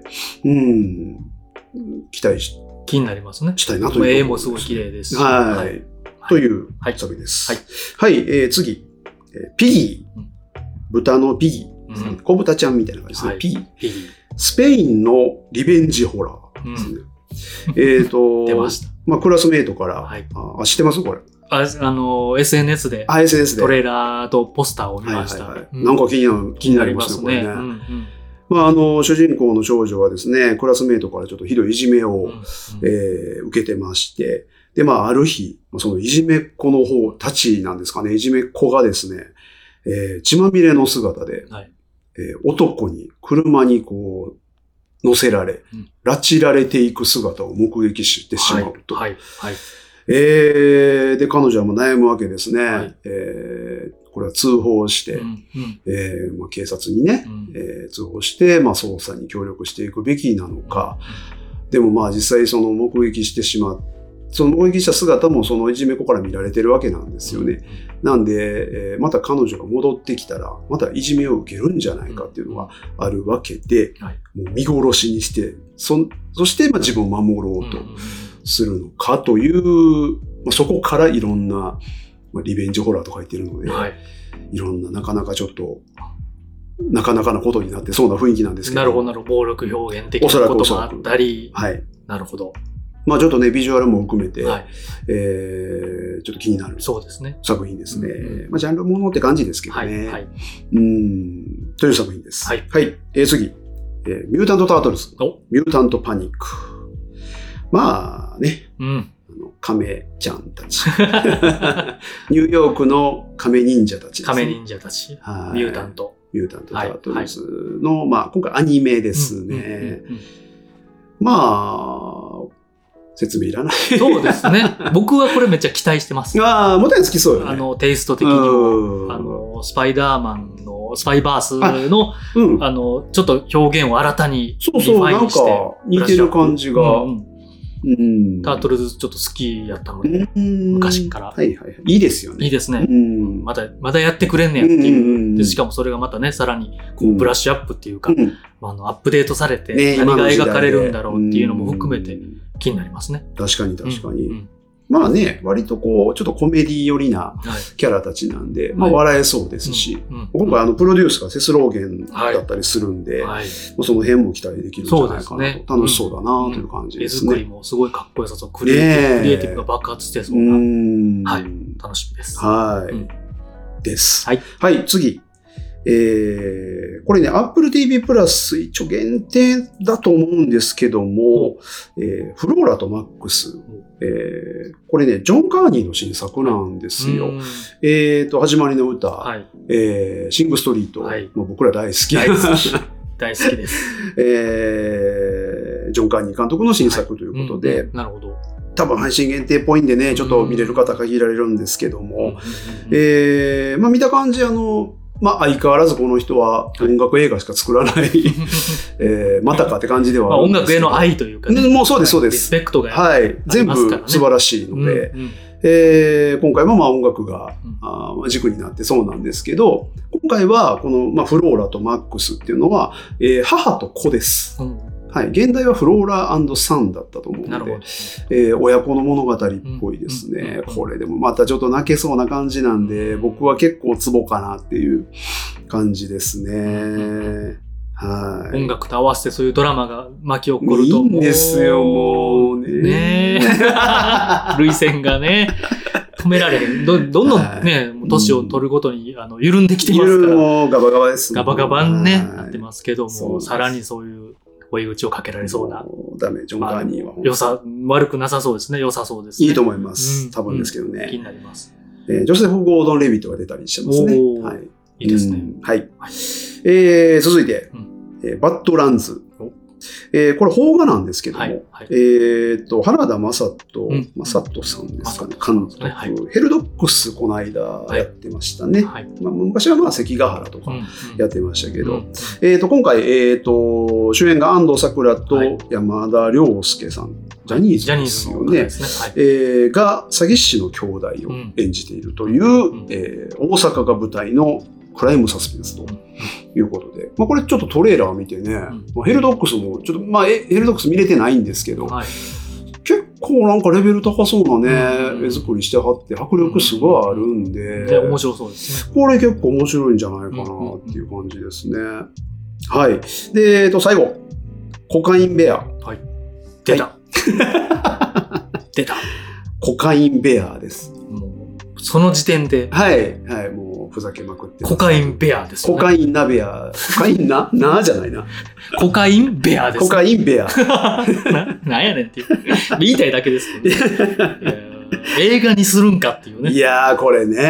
気になりますね。 したいなという。 絵もすごい綺麗ですし。 はい。という作品です。はい。次。ピギー。豚のピギー。小豚ちゃんみたいな感じですね。ピギー。スペインのリベンジホラーですね。 出ました。 まあ、クラスメイトから、知ってますこれ。 SNS で。 SNS で。 トレーラーとポスターを見ました。 なんか気になりますね、これね。まあ、主人公の少女はですね、クラスメイトからちょっとひどいいじめを、受けてまして、で、まあ、ある日、そのいじめっ子の方たちなんですかね、いじめっ子がですね、血まみれの姿で、男に車にこう、乗せられ、拉致られていく姿を目撃してしまうと。で、彼女はもう悩むわけですね。これは通報して、まあ、警察にね、通報して、まあ、捜査に協力していくべきなのか。でもまあ実際その目撃してしまう。その目撃した姿もそのいじめっ子から見られてるわけなんですよね。なんで、また彼女が戻ってきたら、またいじめを受けるんじゃないかっていうのがあるわけで、もう見殺しにして、そしてまあ自分を守ろうとするのかという、まあ、そこからいろんな、まあ、リベンジホラーと書いてるので、いろんななかなかちょっと、なかなかなことになってそうな雰囲気なんですけど。 なるほど、暴力表現的なこともあったり。なるほど。 まあちょっとね、ビジュアルも含めて、ちょっと気になる作品ですね。まあジャンルものって感じですけどね。という作品です。次。ミュータント・タートルズ。ミュータント・パニック。まあね。 亀ちゃんたち。ニューヨークの亀忍者たちですね。 亀忍者たち。ミュータント。 ミュータント・タートルズの、まあ、今回アニメですね。まあ、説明いらない。 そうですね。僕はこれめっちゃ期待してます。 ああ、もたに好きそうよね。 テイスト的にも、スパイダーマンの、スパイバースの、ちょっと表現を新たにそうそう、なんか似てる感じが。 タートルズちょっと好きやったので、昔から。 はいはいはい。いいですよね。 いいですね。まだやってくれんねやっていう。でしかもそれがまたね、さらにこうブラッシュアップっていうか、アップデートされて何が描かれるんだろうっていうのも含めて気になりますね。 確かに確かに。まあね、割とこう、ちょっとコメディ寄りなキャラたちなんで、まあ笑えそうですし、今回プロデュースがセスローゲンだったりするんで、その辺も期待できるんじゃないかなと、楽しそうだなという感じですね。 絵作りもすごいかっこよさそう、クリエイティブが爆発してそうな、はい、楽しみです。 はい。です。はい、次。これね、Apple TV プラス一応限定だと思うんですけども、フローラとマックス。これね、ジョン・カーニーの新作なんですよ。始まりの歌、シング・ストリート、もう僕ら大好き。 大好きです。 ジョン・カーニー監督の新作ということで、 なるほど。 多分配信限定っぽいんでね、ちょっと見れる方限られるんですけども、まあ見た感じまあ相変わらずこの人は音楽映画しか作らない、またかって感じではあるんですけど。 音楽への愛というかね。 もうそうです、そうです。 リスペクトがはい。全部素晴らしいので、今回もまあ音楽が軸になってそうなんですけど、今回はこのフローラとマックスっていうのは、母と子です。はい。現代はフローラ&サンだったと思うので、親子の物語っぽいですね。これでもまたちょっと泣けそうな感じなんで、僕は結構ツボかなっていう感じですね。はい。 音楽と合わせてそういうドラマが巻き起こると。 いいんですよ、もうね。 涙腺がね。止められへん。どんどんね、年を取るごとに緩んできてますから。 もうガバガバですね。 ガバガバね、なってますけども、さらにそういう追い打ちをかけられそうな。 ダメ、ジョン・カーニーは。 悪くなさそうですね。良さそうですね。 いいと思います。多分ですけどね。 気になります。 ジョセフ・ゴードン・レビットが出たりしてますね。はい。 いいですね。 はい。続いて、バッド・ランズ。これ、邦画なんですけども、原田雅人さんですかね、監督。ヘルドックス、この間やってましたね。昔は関ヶ原とかやってましたけど、今回、主演が安藤サクラと山田涼介さん、ジャニーズですよね、が詐欺師の兄弟を演じているという、大阪が舞台のクライムサスペンスということで。これちょっとトレーラー見てね、ヘルドックスも、ちょっとヘルドックス見れてないんですけど、結構なんかレベル高そうなね、絵作りしてはって迫力すごいあるんで、 面白そうですね。 これ結構面白いんじゃないかなっていう感じですね。はい。で、最後、コカインベア。 はい。出た。出た。 コカインベアです。 その時点で。 はい。はい。もうふざけまくって。 コカインベアですよね。 コカインナベア。コカインなじゃないな。 コカインベアです。 コカインベア。 なんやねんっていう。言いたいだけですけど、ね。映画にするんかっていうね。 いやー、これね。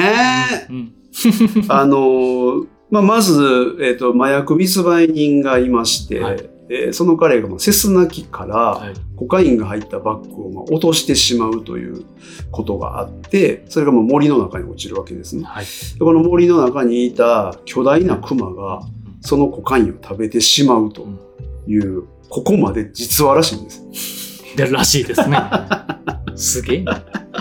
まず、麻薬密売人がいまして、その彼がセスナ機からコカインが入ったバッグを落としてしまうということがあって、それが森の中に落ちるわけですね。でこの森の中にいた巨大なクマがそのコカインを食べてしまうという、ここまで実話らしいんです。 らしいですね。すげえな。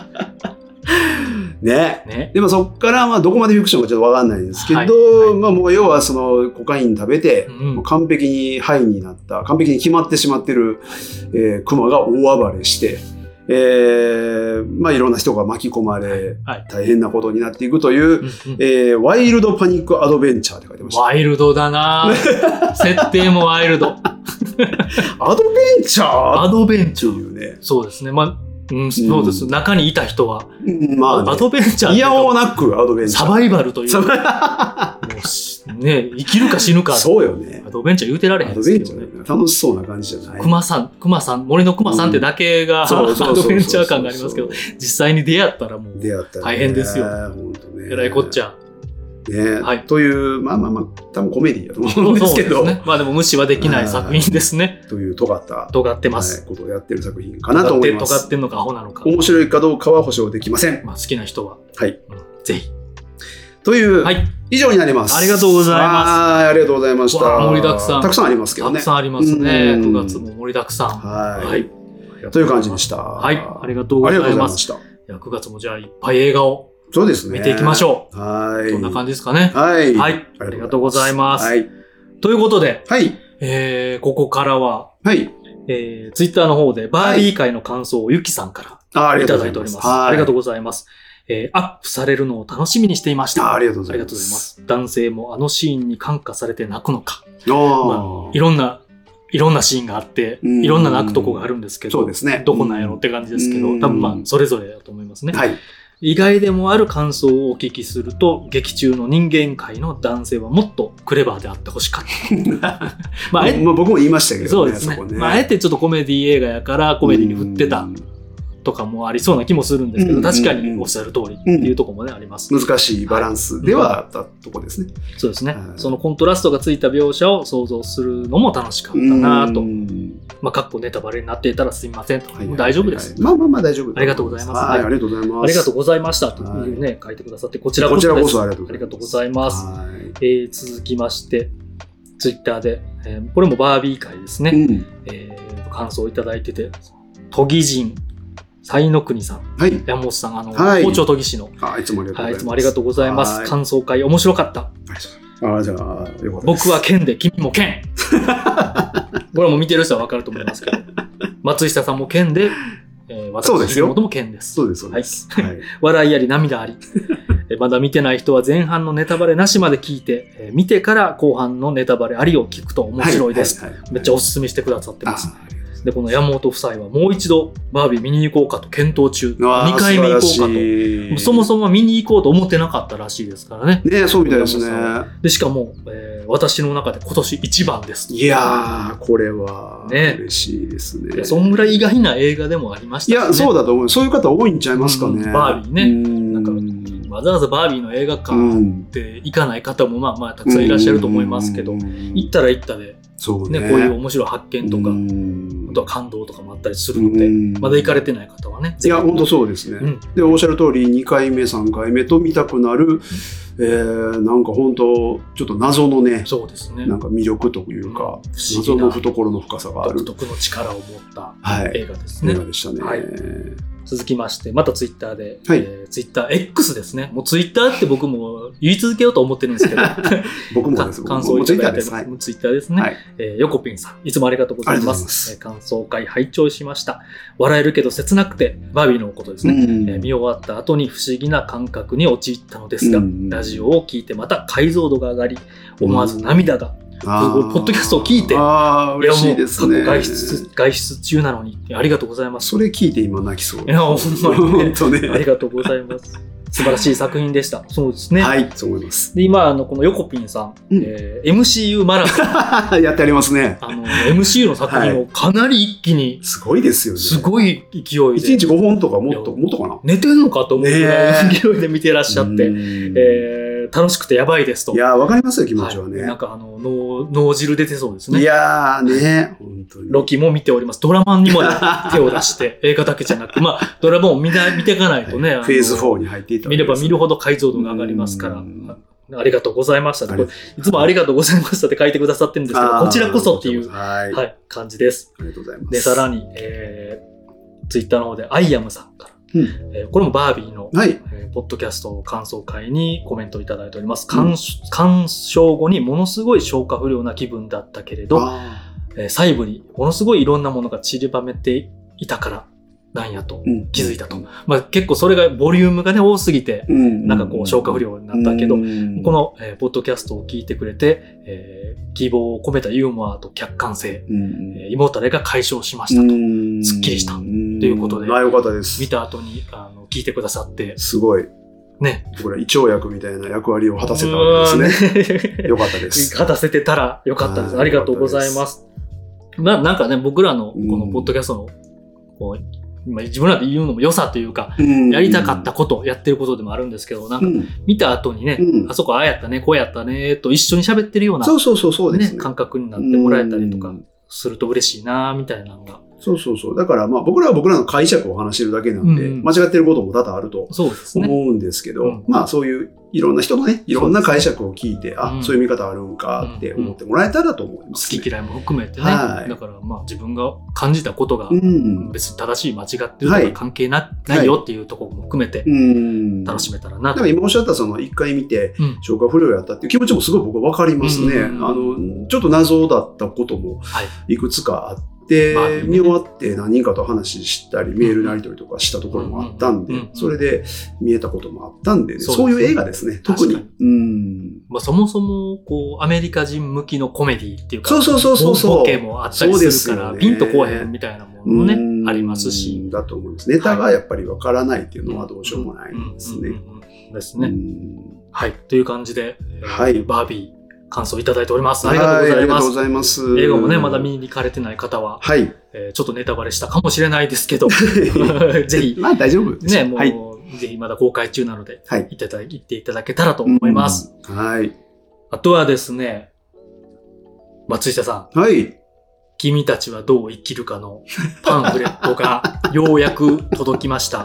ね。でもそっからどこまでフィクションかちょっとわかんないんですけど、もう要はそのコカイン食べて、もう完璧にハイになった、完璧に決まってしまってる、クマが大暴れして、いろんな人が巻き込まれ、大変なことになっていくという、ワイルドパニックアドベンチャーって書いてました。 ワイルドだな設定もワイルド。 アドベンチャーっていうね。 そうですね。 そうです。中にいた人は、 まあ、 アドベンチャー。 いやおなくアドベンチャー。 サバイバルという。もうね、生きるか死ぬか。 そうよね。 アドベンチャー言うてられへんですけどね。 アドベンチャー楽しそうな感じじゃない。 熊さん、森の熊さんってだけが、アドベンチャー感がありますけど、実際に出会ったらもう、大変ですよ。本当ね。えらいこっちゃ。 ね、はい。という、まあ、多分コメディだと思うんですけど。そうですね。 まあでも無視はできない作品ですね。 という尖ってます。 ことをやってる作品かなと思います。 尖ってんのかアホなのか。 面白いかどうかは保証できません。 まあ好きな人は。 はい。 ぜひ。 という、以上になります。 ありがとうございます。 ありがとうございました。 盛りだくさん。 たくさんありますけどね。 たくさんありますね。9月も盛りだくさん。 はい。という感じでした。 はい。ありがとうございます。ありがとうございました。いや、9月もじゃあいっぱい映画を。 そうですね。 見ていきましょう。 はい。 どんな感じですかね。 はい。 はい。ありがとうございます。 はい。 ということで、 はい。 ここからは、 はい。 ツイッターの方でバービー会の感想をゆきさんからいただいております。ありがとうございます。アップされるのを楽しみにしていました。 ありがとうございます。 男性もあのシーンに感化されて泣くのか。いろんなシーンがあって、いろんな泣くとこがあるんですけど、 そうですね。 どこなんやろって感じですけど、多分それぞれだと思いますね。 はい。 意外でもある感想をお聞きすると、劇中の人間界の男性はもっとクレバーであってほしかった。 僕も言いましたけどね。 そうですね。あえてちょっとコメディ映画やからコメディに振ってたとかもありそうな気もするんですけど、確かにおっしゃる通りっていうところもね、あります。 難しいバランスではあったとこですね。 そうですね。そのコントラストがついた描写を想像するのも楽しかったなと。かっこネタバレになっていたらすみませんと。大丈夫です。 まあ大丈夫。 ありがとうございます。 ありがとうございます。 ありがとうございましたというね、書いてくださって、こちらこそです。ありがとうございます。続きまして、ツイッターで、これもバービー会ですね。感想をいただいてて、都議陣。才の国さん、山本さん、包丁研ぎ師の、 いつもありがとうございます。 いつもありがとうございます。感想会面白かった。 じゃあ、よかったです。 僕は剣で、君も剣。これも見てる人はわかると思いますけど、松下さんも剣で、私の妹も剣です。 そうです、そうです。 笑いあり、涙あり。まだ見てない人は前半のネタバレなしまで聞いて、見てから後半のネタバレありを聞くと面白いです。めっちゃおすすめしてくださってます。で、この山本夫妻はもう一度バービー見に行こうかと検討中。2回目行こうかと。そもそも見に行こうと思ってなかったらしいですからね。 ね、そうみたいですね。 で、しかも、私の中で今年一番です。 いやー、これは嬉しいですね。 そんぐらい意外な映画でもありましたね。 いや、そうだと思う。そういう方多いんちゃいますかね。 バービーね。なんかわざわざバービーの映画館って行かない方もたくさんいらっしゃると思いますけど、行ったら行ったで、こういう面白い発見とか、あとは感動とかもあったりするので、まだ行かれてない方はね。 いや、本当そうですね。で、おっしゃる通り、2回目、3回目と見たくなる、なんか本当、ちょっと謎のね、 そうですね。 なんか魅力というか、謎の懐の深さがある。 独特の力を持った映画ですね。 映画でしたね。 続きまして、またツイッターで、ツイッター X ですね。もうツイッターって僕も言い続けようと思ってるんですけど、 僕もです。 感想をいただいてます。ツイッターですね。ヨコピンさん、いつもありがとうございます。感想会拝聴しました。笑えるけど切なくて、バービーのことですね。見終わった後に不思議な感覚に陥ったのですが、ラジオを聞いてまた解像度が上がり、思わず涙が。ポッドキャストを聞いて、 嬉しいですね。 外出中なのに、ありがとうございます。 それ聞いて今泣きそう。 いや、ほんまにね。ありがとうございます。素晴らしい作品でした。そうですね。 はい、そう思います。 で、今、このヨコピンさん、MCU マラソン。やってありますね。 MCU の作品をかなり一気に。 すごいですよね。 すごい勢いで。 1日5本とかもっとかな。 寝てんのかと思うぐらい勢いで見てらっしゃって、楽しくてやばいですと。 いやー、わかりますよ、気持ちはね。 なんか脳汁出てそうですね。 いやーね、本当に。 ロキも見ております。ドラマにも手を出して、映画だけじゃなく、ドラマを見ていかないとね。 フェーズ4に入っていった。 見れば見るほど解像度が上がりますから。ありがとうございました。いつもありがとうございましたって書いてくださってるんですけど、こちらこそっていう感じです。 ありがとうございます。 で、さらに、ツイッターの方でアイアムさんから。これもバービーの、ポッドキャスト感想会にコメントをいただいております。鑑賞後にものすごい消化不良な気分だったけれど、細部にものすごいいろんなものが散りばめていたから、 なんやと気づいたと。まあ結構それがボリュームがね多すぎて、なんかこう消化不良になったけど、この、ポッドキャストを聞いてくれて、希望を込めたユーモアと客観性、胃もたれが解消しましたと。すっきりした。ということで、 よかったです。 見た後に聞いてくださって。 すごい。ね。これ、胃腸薬みたいな役割を果たせたわけですね。よかったです。 果たせてたらよかったです。ありがとうございます。なんかね、僕らのこのポッドキャストの、こう自分らで言うのも良さというか、やりたかったこと、やってることでもあるんですけど、なんか見た後にね、あそこああやったね、こうやったね、と一緒に喋ってるような、感覚になってもらえたりとかすると嬉しいな、みたいなのが。 そう。だからまあ僕らは僕らの解釈を話してるだけなんで、間違ってることも多々あると思うんですけど、まあそういういろんな人のね、いろんな解釈を聞いて、そういう見方あるんかって思ってもらえたらと思います。 好き嫌いも含めてね。だからまあ自分が感じたことが別に正しい間違ってるとか関係ないよっていうところも含めて楽しめたらなと。 だから今おっしゃったその一回見て消化不良やったっていう気持ちもすごい僕はわかりますね。ちょっと謎だったこともいくつかあって、で、見終わって何人かと話したり、メールのやり取りとかしたところもあったんで、それで見えたこともあったんで、そういう映画ですね、特に。 まあそもそも、こう、アメリカ人向きのコメディっていうか、 ボケもあったりするから、ピンとこうへんみたいなものもね、ありますし。 だと思います。ネタがやっぱりわからないっていうのはどうしようもないですね。 ですね。はい。という感じで、バービー。感想いただいております。ありがとうございます。ありがとうございます。映画もね、まだ見に行かれてない方は、ちょっとネタバレしたかもしれないですけど、ぜひ、 まあ大丈夫です。 ね、もう、ぜひまだ公開中なので、行っていただけたらと思います。あとはですね、松下さん。君たちはどう生きるかのパンフレットがようやく届きました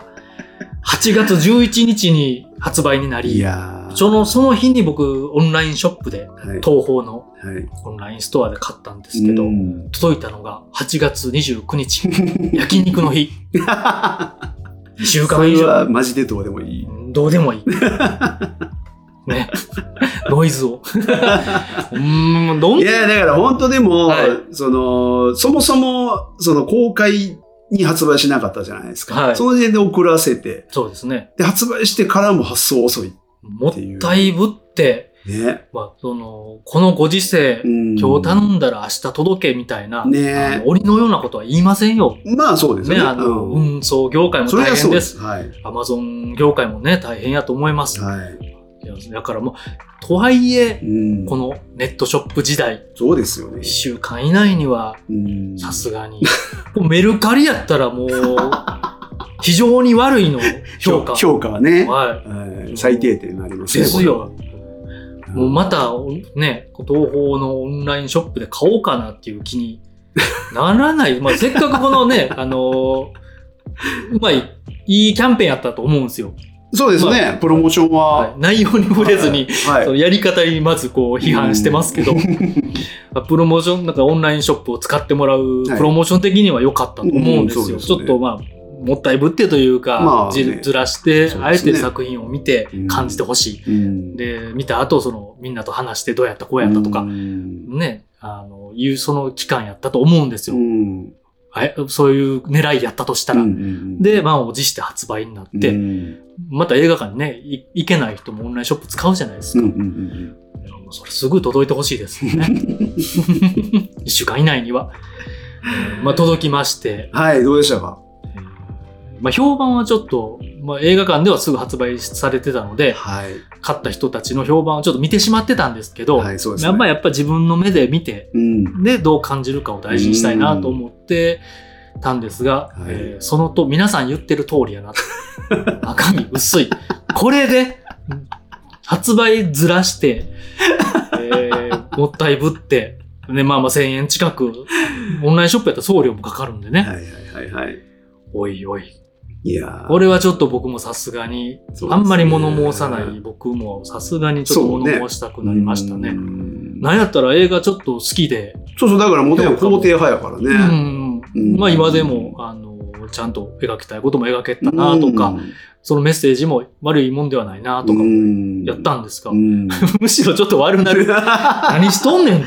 。8月11日に発売になり、その日に僕オンラインショップで、東宝のオンラインストアで買ったんですけど、届いたのが8月29日、焼肉の日。2週間以上。 それはマジでどうでもいい。 どうでもいい。ね。ノイズを。 いや、だから本当でも、そもそも、公開に発売しなかったじゃないですか。その時点で遅らせて。 そうですね。 で、発売してからも発送遅い。 もったいぶって、まあ、このご時世、今日頼んだら明日届けみたいな、檻のようなことは言いませんよ。 まあそうですね。 運送業界も大変です。アマゾン業界もね、大変やと思います。だからもう、とはいえ、このネットショップ時代。 そうですよね。 1週間以内には、さすがに。メルカリやったらもう、非常に悪いの評価。 評価はね。最低点になりますね。 ですよ。もうまた、ね、東宝のオンラインショップで買おうかなっていう気にならない。まあ、せっかくこのね、うまい、いいキャンペーンやったと思うんですよ。 そうですね、プロモーションは。 内容に触れずに、そのやり方にまずこう批判してますけど、プロモーション、なんかオンラインショップを使ってもらうプロモーション的には良かったと思うんですよ。ちょっとまあ、もったいぶってというか、ずらして、あえて作品を見て感じてほしい。で、見た後、みんなと話してどうやったこうやったとか、ね、いうその期間やったと思うんですよ。そういう狙いやったとしたら。で、満を持して発売になって、また映画館にね、行けない人もオンラインショップ使うじゃないですか。それすぐ届いてほしいですよね。1週間以内には。まあ、届きまして。 はい、どうでしたか？ まあ、評判はちょっと、まあ、映画館ではすぐ発売されてたので、買った人たちの評判をちょっと見てしまってたんですけど、やっぱ自分の目で見て、で、どう感じるかを大事にしたいなと思ってたんですが、皆さん言ってる通りやな。中身薄い。これで、発売ずらして、もったいぶって、ね、まあ1000円近く、オンラインショップやったら送料もかかるんでね。おいおい。これはちょっと僕もさすがに、あんまり物申さない僕もさすがにちょっと物申したくなりましたね。なんやったら映画ちょっと好きで。 そう、だからもともと肯定派やからね。 まあ今でも、ちゃんと描きたいことも描けたなとか、そのメッセージも悪いもんではないなとかもやったんですが、むしろちょっと悪なる。何しとんねんと。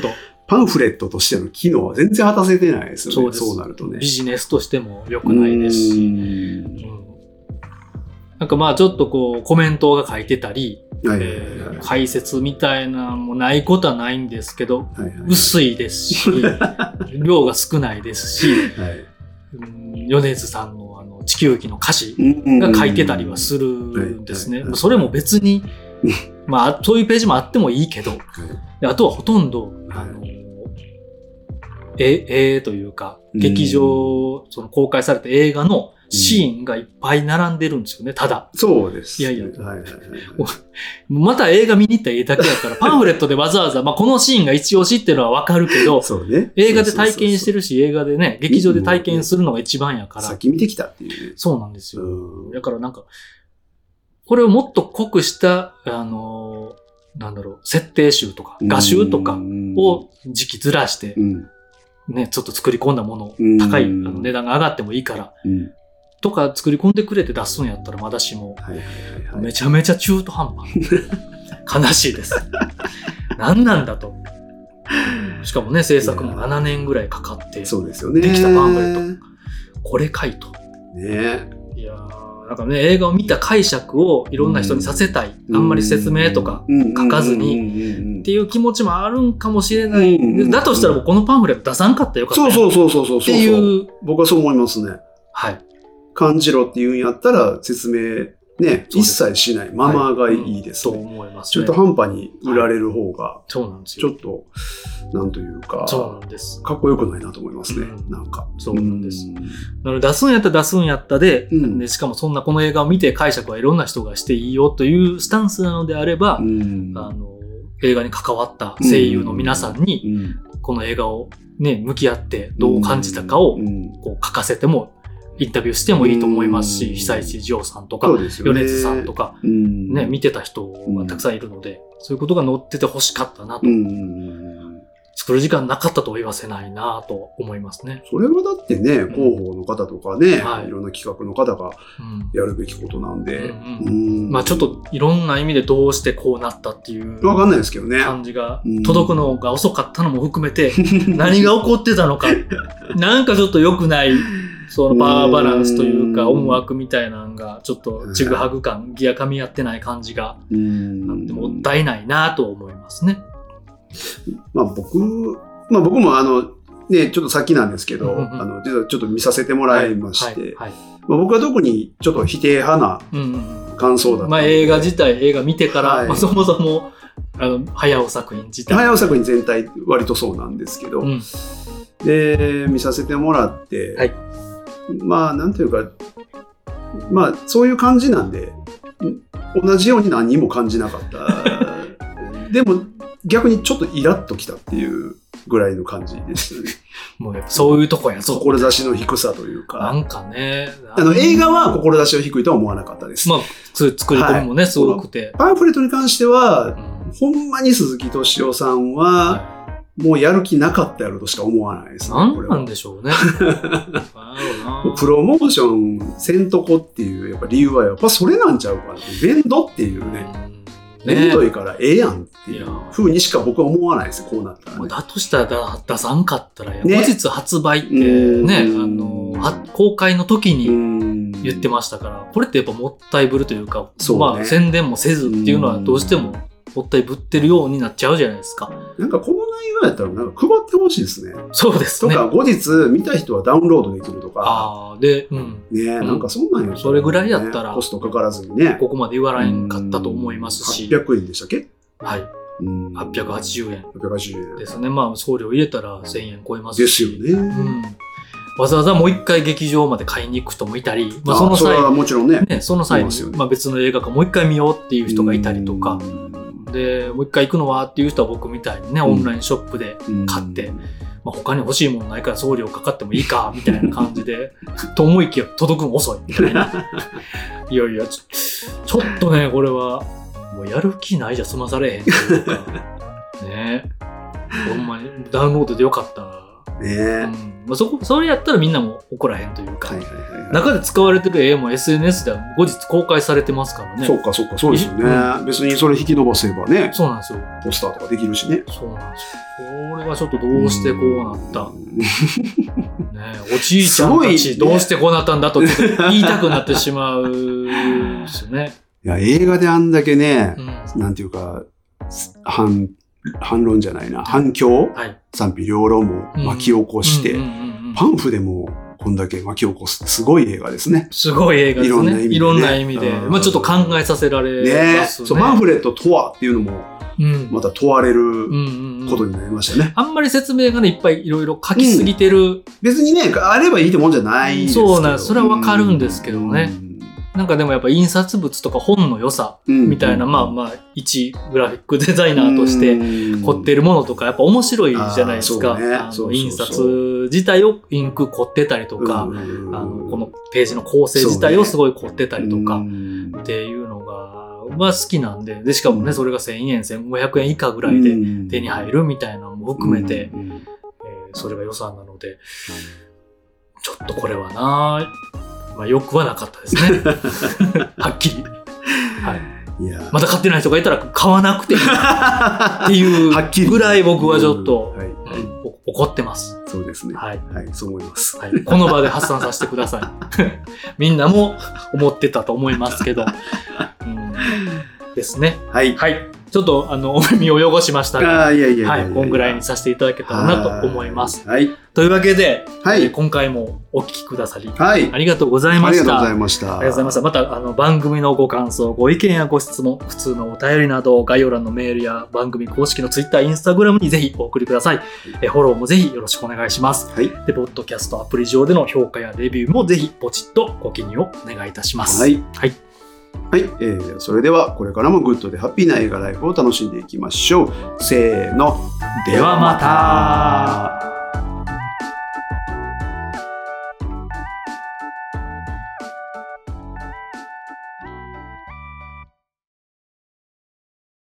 パンフレットとしての機能は全然果たせてないですよね。そうなるとね。 ビジネスとしても良くないですし。なんかまあちょっとこうコメントが書いてたり、解説みたいなのもないことはないんですけど、薄いですし、量が少ないですし、米津さんの地球儀の歌詞が書いてたりはするんですね。それも別に、まあそういうページもあってもいいけど、あとはほとんど、というか、劇場、その公開された映画のシーンがいっぱい並んでるんですよね、ただ。 そうです。 いやいや。また映画見に行ったらだけやったら、パンフレットでわざわざ、まあこのシーンが一押しっていうのはわかるけど、 そうね、 映画で体験してるし、映画でね、劇場で体験するのが一番やから。 先見てきたっていうね。 そうなんですよ。だからなんか、これをもっと濃くした、なんだろう、設定集とか、画集とかを時期ずらして、ね、ちょっと作り込んだもの、高い値段が上がってもいいから、とか作り込んでくれて出すんやったらまだしも、めちゃめちゃ中途半端。悲しいです。何なんだと。しかもね、制作も7年ぐらいかかって、 そうですよね。 できたパンフレット。これかいと。 ね。 いやなんかね、映画を見た解釈をいろんな人にさせたい。あんまり説明とか書かずにっていう気持ちもあるんかもしれない。だとしたらもうこのパンフレット出さんかったらよかった。 そう。 っていう。 僕はそう思いますね。 はい。 感じろって言うんやったら説明ね、一切しないままがいいですね。 と思います。 ちょっと半端に売られる方が、 そうなんですよ。 ちょっと、なんというか、 そうなんです。 かっこよくないなと思いますね。なんか。 そうなんです。なので出すんやったで、しかもそんなこの映画を見て解釈はいろんな人がしていいよというスタンスなのであれば、映画に関わった声優の皆さんに、この映画をね、向き合ってどう感じたかをこう書かせてもインタビューしてもいいと思いますし、被災地ジョーさんとか、米津さんとか、ね、見てた人がたくさんいるので、そういうことが載ってて欲しかったなと。作る時間なかったとは言わせないなと思いますね。 それはだってね、広報の方とかね、いろんな企画の方がやるべきことなんで。 まあちょっといろんな意味でどうしてこうなったっていう。 わかんないですけどね。 感じが、届くのが遅かったのも含めて、何が起こってたのか。なんかちょっと良くない。そのパワーバランスというか音楽みたいなのがちょっとちぐはぐ感、ギア噛み合ってない感じがあってもったいないなと思いますね。 まあ僕もね、ちょっと先なんですけど、実はちょっと見させてもらいまして、僕は特にちょっと否定派な感想だった。 まあ映画見てから、まあ、そもそも早尾作品自体。 早尾作品全体割とそうなんですけど、で、見させてもらって、まあ、なんというか、まあ、そういう感じなんで、同じように何も感じなかった。でも、逆にちょっとイラッときたっていうぐらいの感じですよね。 もうそういうとこやぞ。 志の低さというか。 なんかね。 映画は志を低いとは思わなかったです。 まあ、作り込みもね、すごくて。 パンフレットに関しては、ほんまに鈴木敏夫さんは、もうやる気なかったやろとしか思わないですね。 なんでしょうね。 プロモーションせんとこっていうやっぱ理由はやっぱそれなんちゃうかな。めんどっていうね。めんどいからええやんっていう風にしか僕は思わないですよ、こうなったら、ね。 だとしたら出さんかったら、後日発売ってね、公開の時に言ってましたから、これってやっぱもったいぶるというか、まあ宣伝もせずっていうのはどうしてももったいぶってるようになっちゃうじゃないですか。 なんかこの内容やったらなんか配ってほしいですね。 そうですね。 とか後日見た人はダウンロードできるとか。なんかそんなんやったら、 それぐらいやったらコストかからずにね。 ここまで言われんかったと思いますし。 800円でしたっけ？ はい。880円。 880円。 ですね。まあ送料入れたら1000円超えますし。 ですよね。 わざわざもう一回劇場まで買いに行く人もいたり、まあその際、 それはもちろんね。 その際に、まあ別の映画かもう一回見ようっていう人がいたりとか。で、もう一回行くのはっていう人は僕みたいにね、オンラインショップで買って、まあ、他に欲しいものないから送料かかってもいいか、みたいな感じで、と思いきや届くの遅い、みたいな。いやいや、ちょっとね、これは、もうやる気ないじゃ済まされへんというか、ね。ほんまにダウンロードでよかったそれやったらみんなも怒らへんというか、中で使われてる絵も SNS では後日公開されてますからね。 そうか、そうですよね。別にそれ引き伸ばせばね。 そうなんですよ。 ポスターとかできるしね。 そうなんですよ。これはちょっとどうしてこうなったね、おじいちゃんたちどうしてこうなったんだと言いたくなってしまうんですよね。 いや、映画であんだけね、なんていうか、反論じゃないな、反響、賛否両論も巻き起こして、パンフでもこんだけ巻き起こす、すごい映画ですね。 すごい映画ですね。いろんな意味で。まあちょっと考えさせられますね。 そう、パンフレットとはっていうのも、また問われることになりましたね。 あんまり説明がね、いっぱいいろいろ書きすぎてる。 別にね、あればいいってもんじゃないですけど。 そうなん、それはわかるんですけどね。なんかでもやっぱ印刷物とか本の良さみたいな、まあ一グラフィックデザイナーとして凝ってるものとかやっぱ面白いじゃないですか。印刷自体をインク凝ってたりとか、このページの構成自体をすごい凝ってたりとかっていうのが好きなんで、しかもね、それが1000円、1500円以下ぐらいで手に入るみたいなのも含めて、それが予算なので、ちょっとこれはなまあ、良くはなかったですね。はっきり。はい。いやまた買ってない人がいたら買わなくていいっていうぐらい僕はちょっと怒ってます。 そうですね。はい。はい、そう思います。 はい。この場で発散させてください。みんなも思ってたと思いますけど。ですね。 はい。 はい。ちょっとお耳を汚しましたが、 はい、 こんぐらいにさせていただけたらなと思います。 はい。 というわけで、今回もお聞きくださり、 ありがとうございました。 ありがとうございました。 ありがとうございました。また番組のご感想、ご意見やご質問、普通のお便りなど、概要欄のメールや番組公式の Twitter、Instagram にぜひお送りください。フォローもぜひよろしくお願いします。 はい。 で、ポッドキャストアプリ上での評価やレビューもぜひポチッとご記入をお願いいたします。 はい。はい。はい、それではこれからもグッドでハッピーな映画ライフを楽しんでいきましょう。せーの。 ではまた。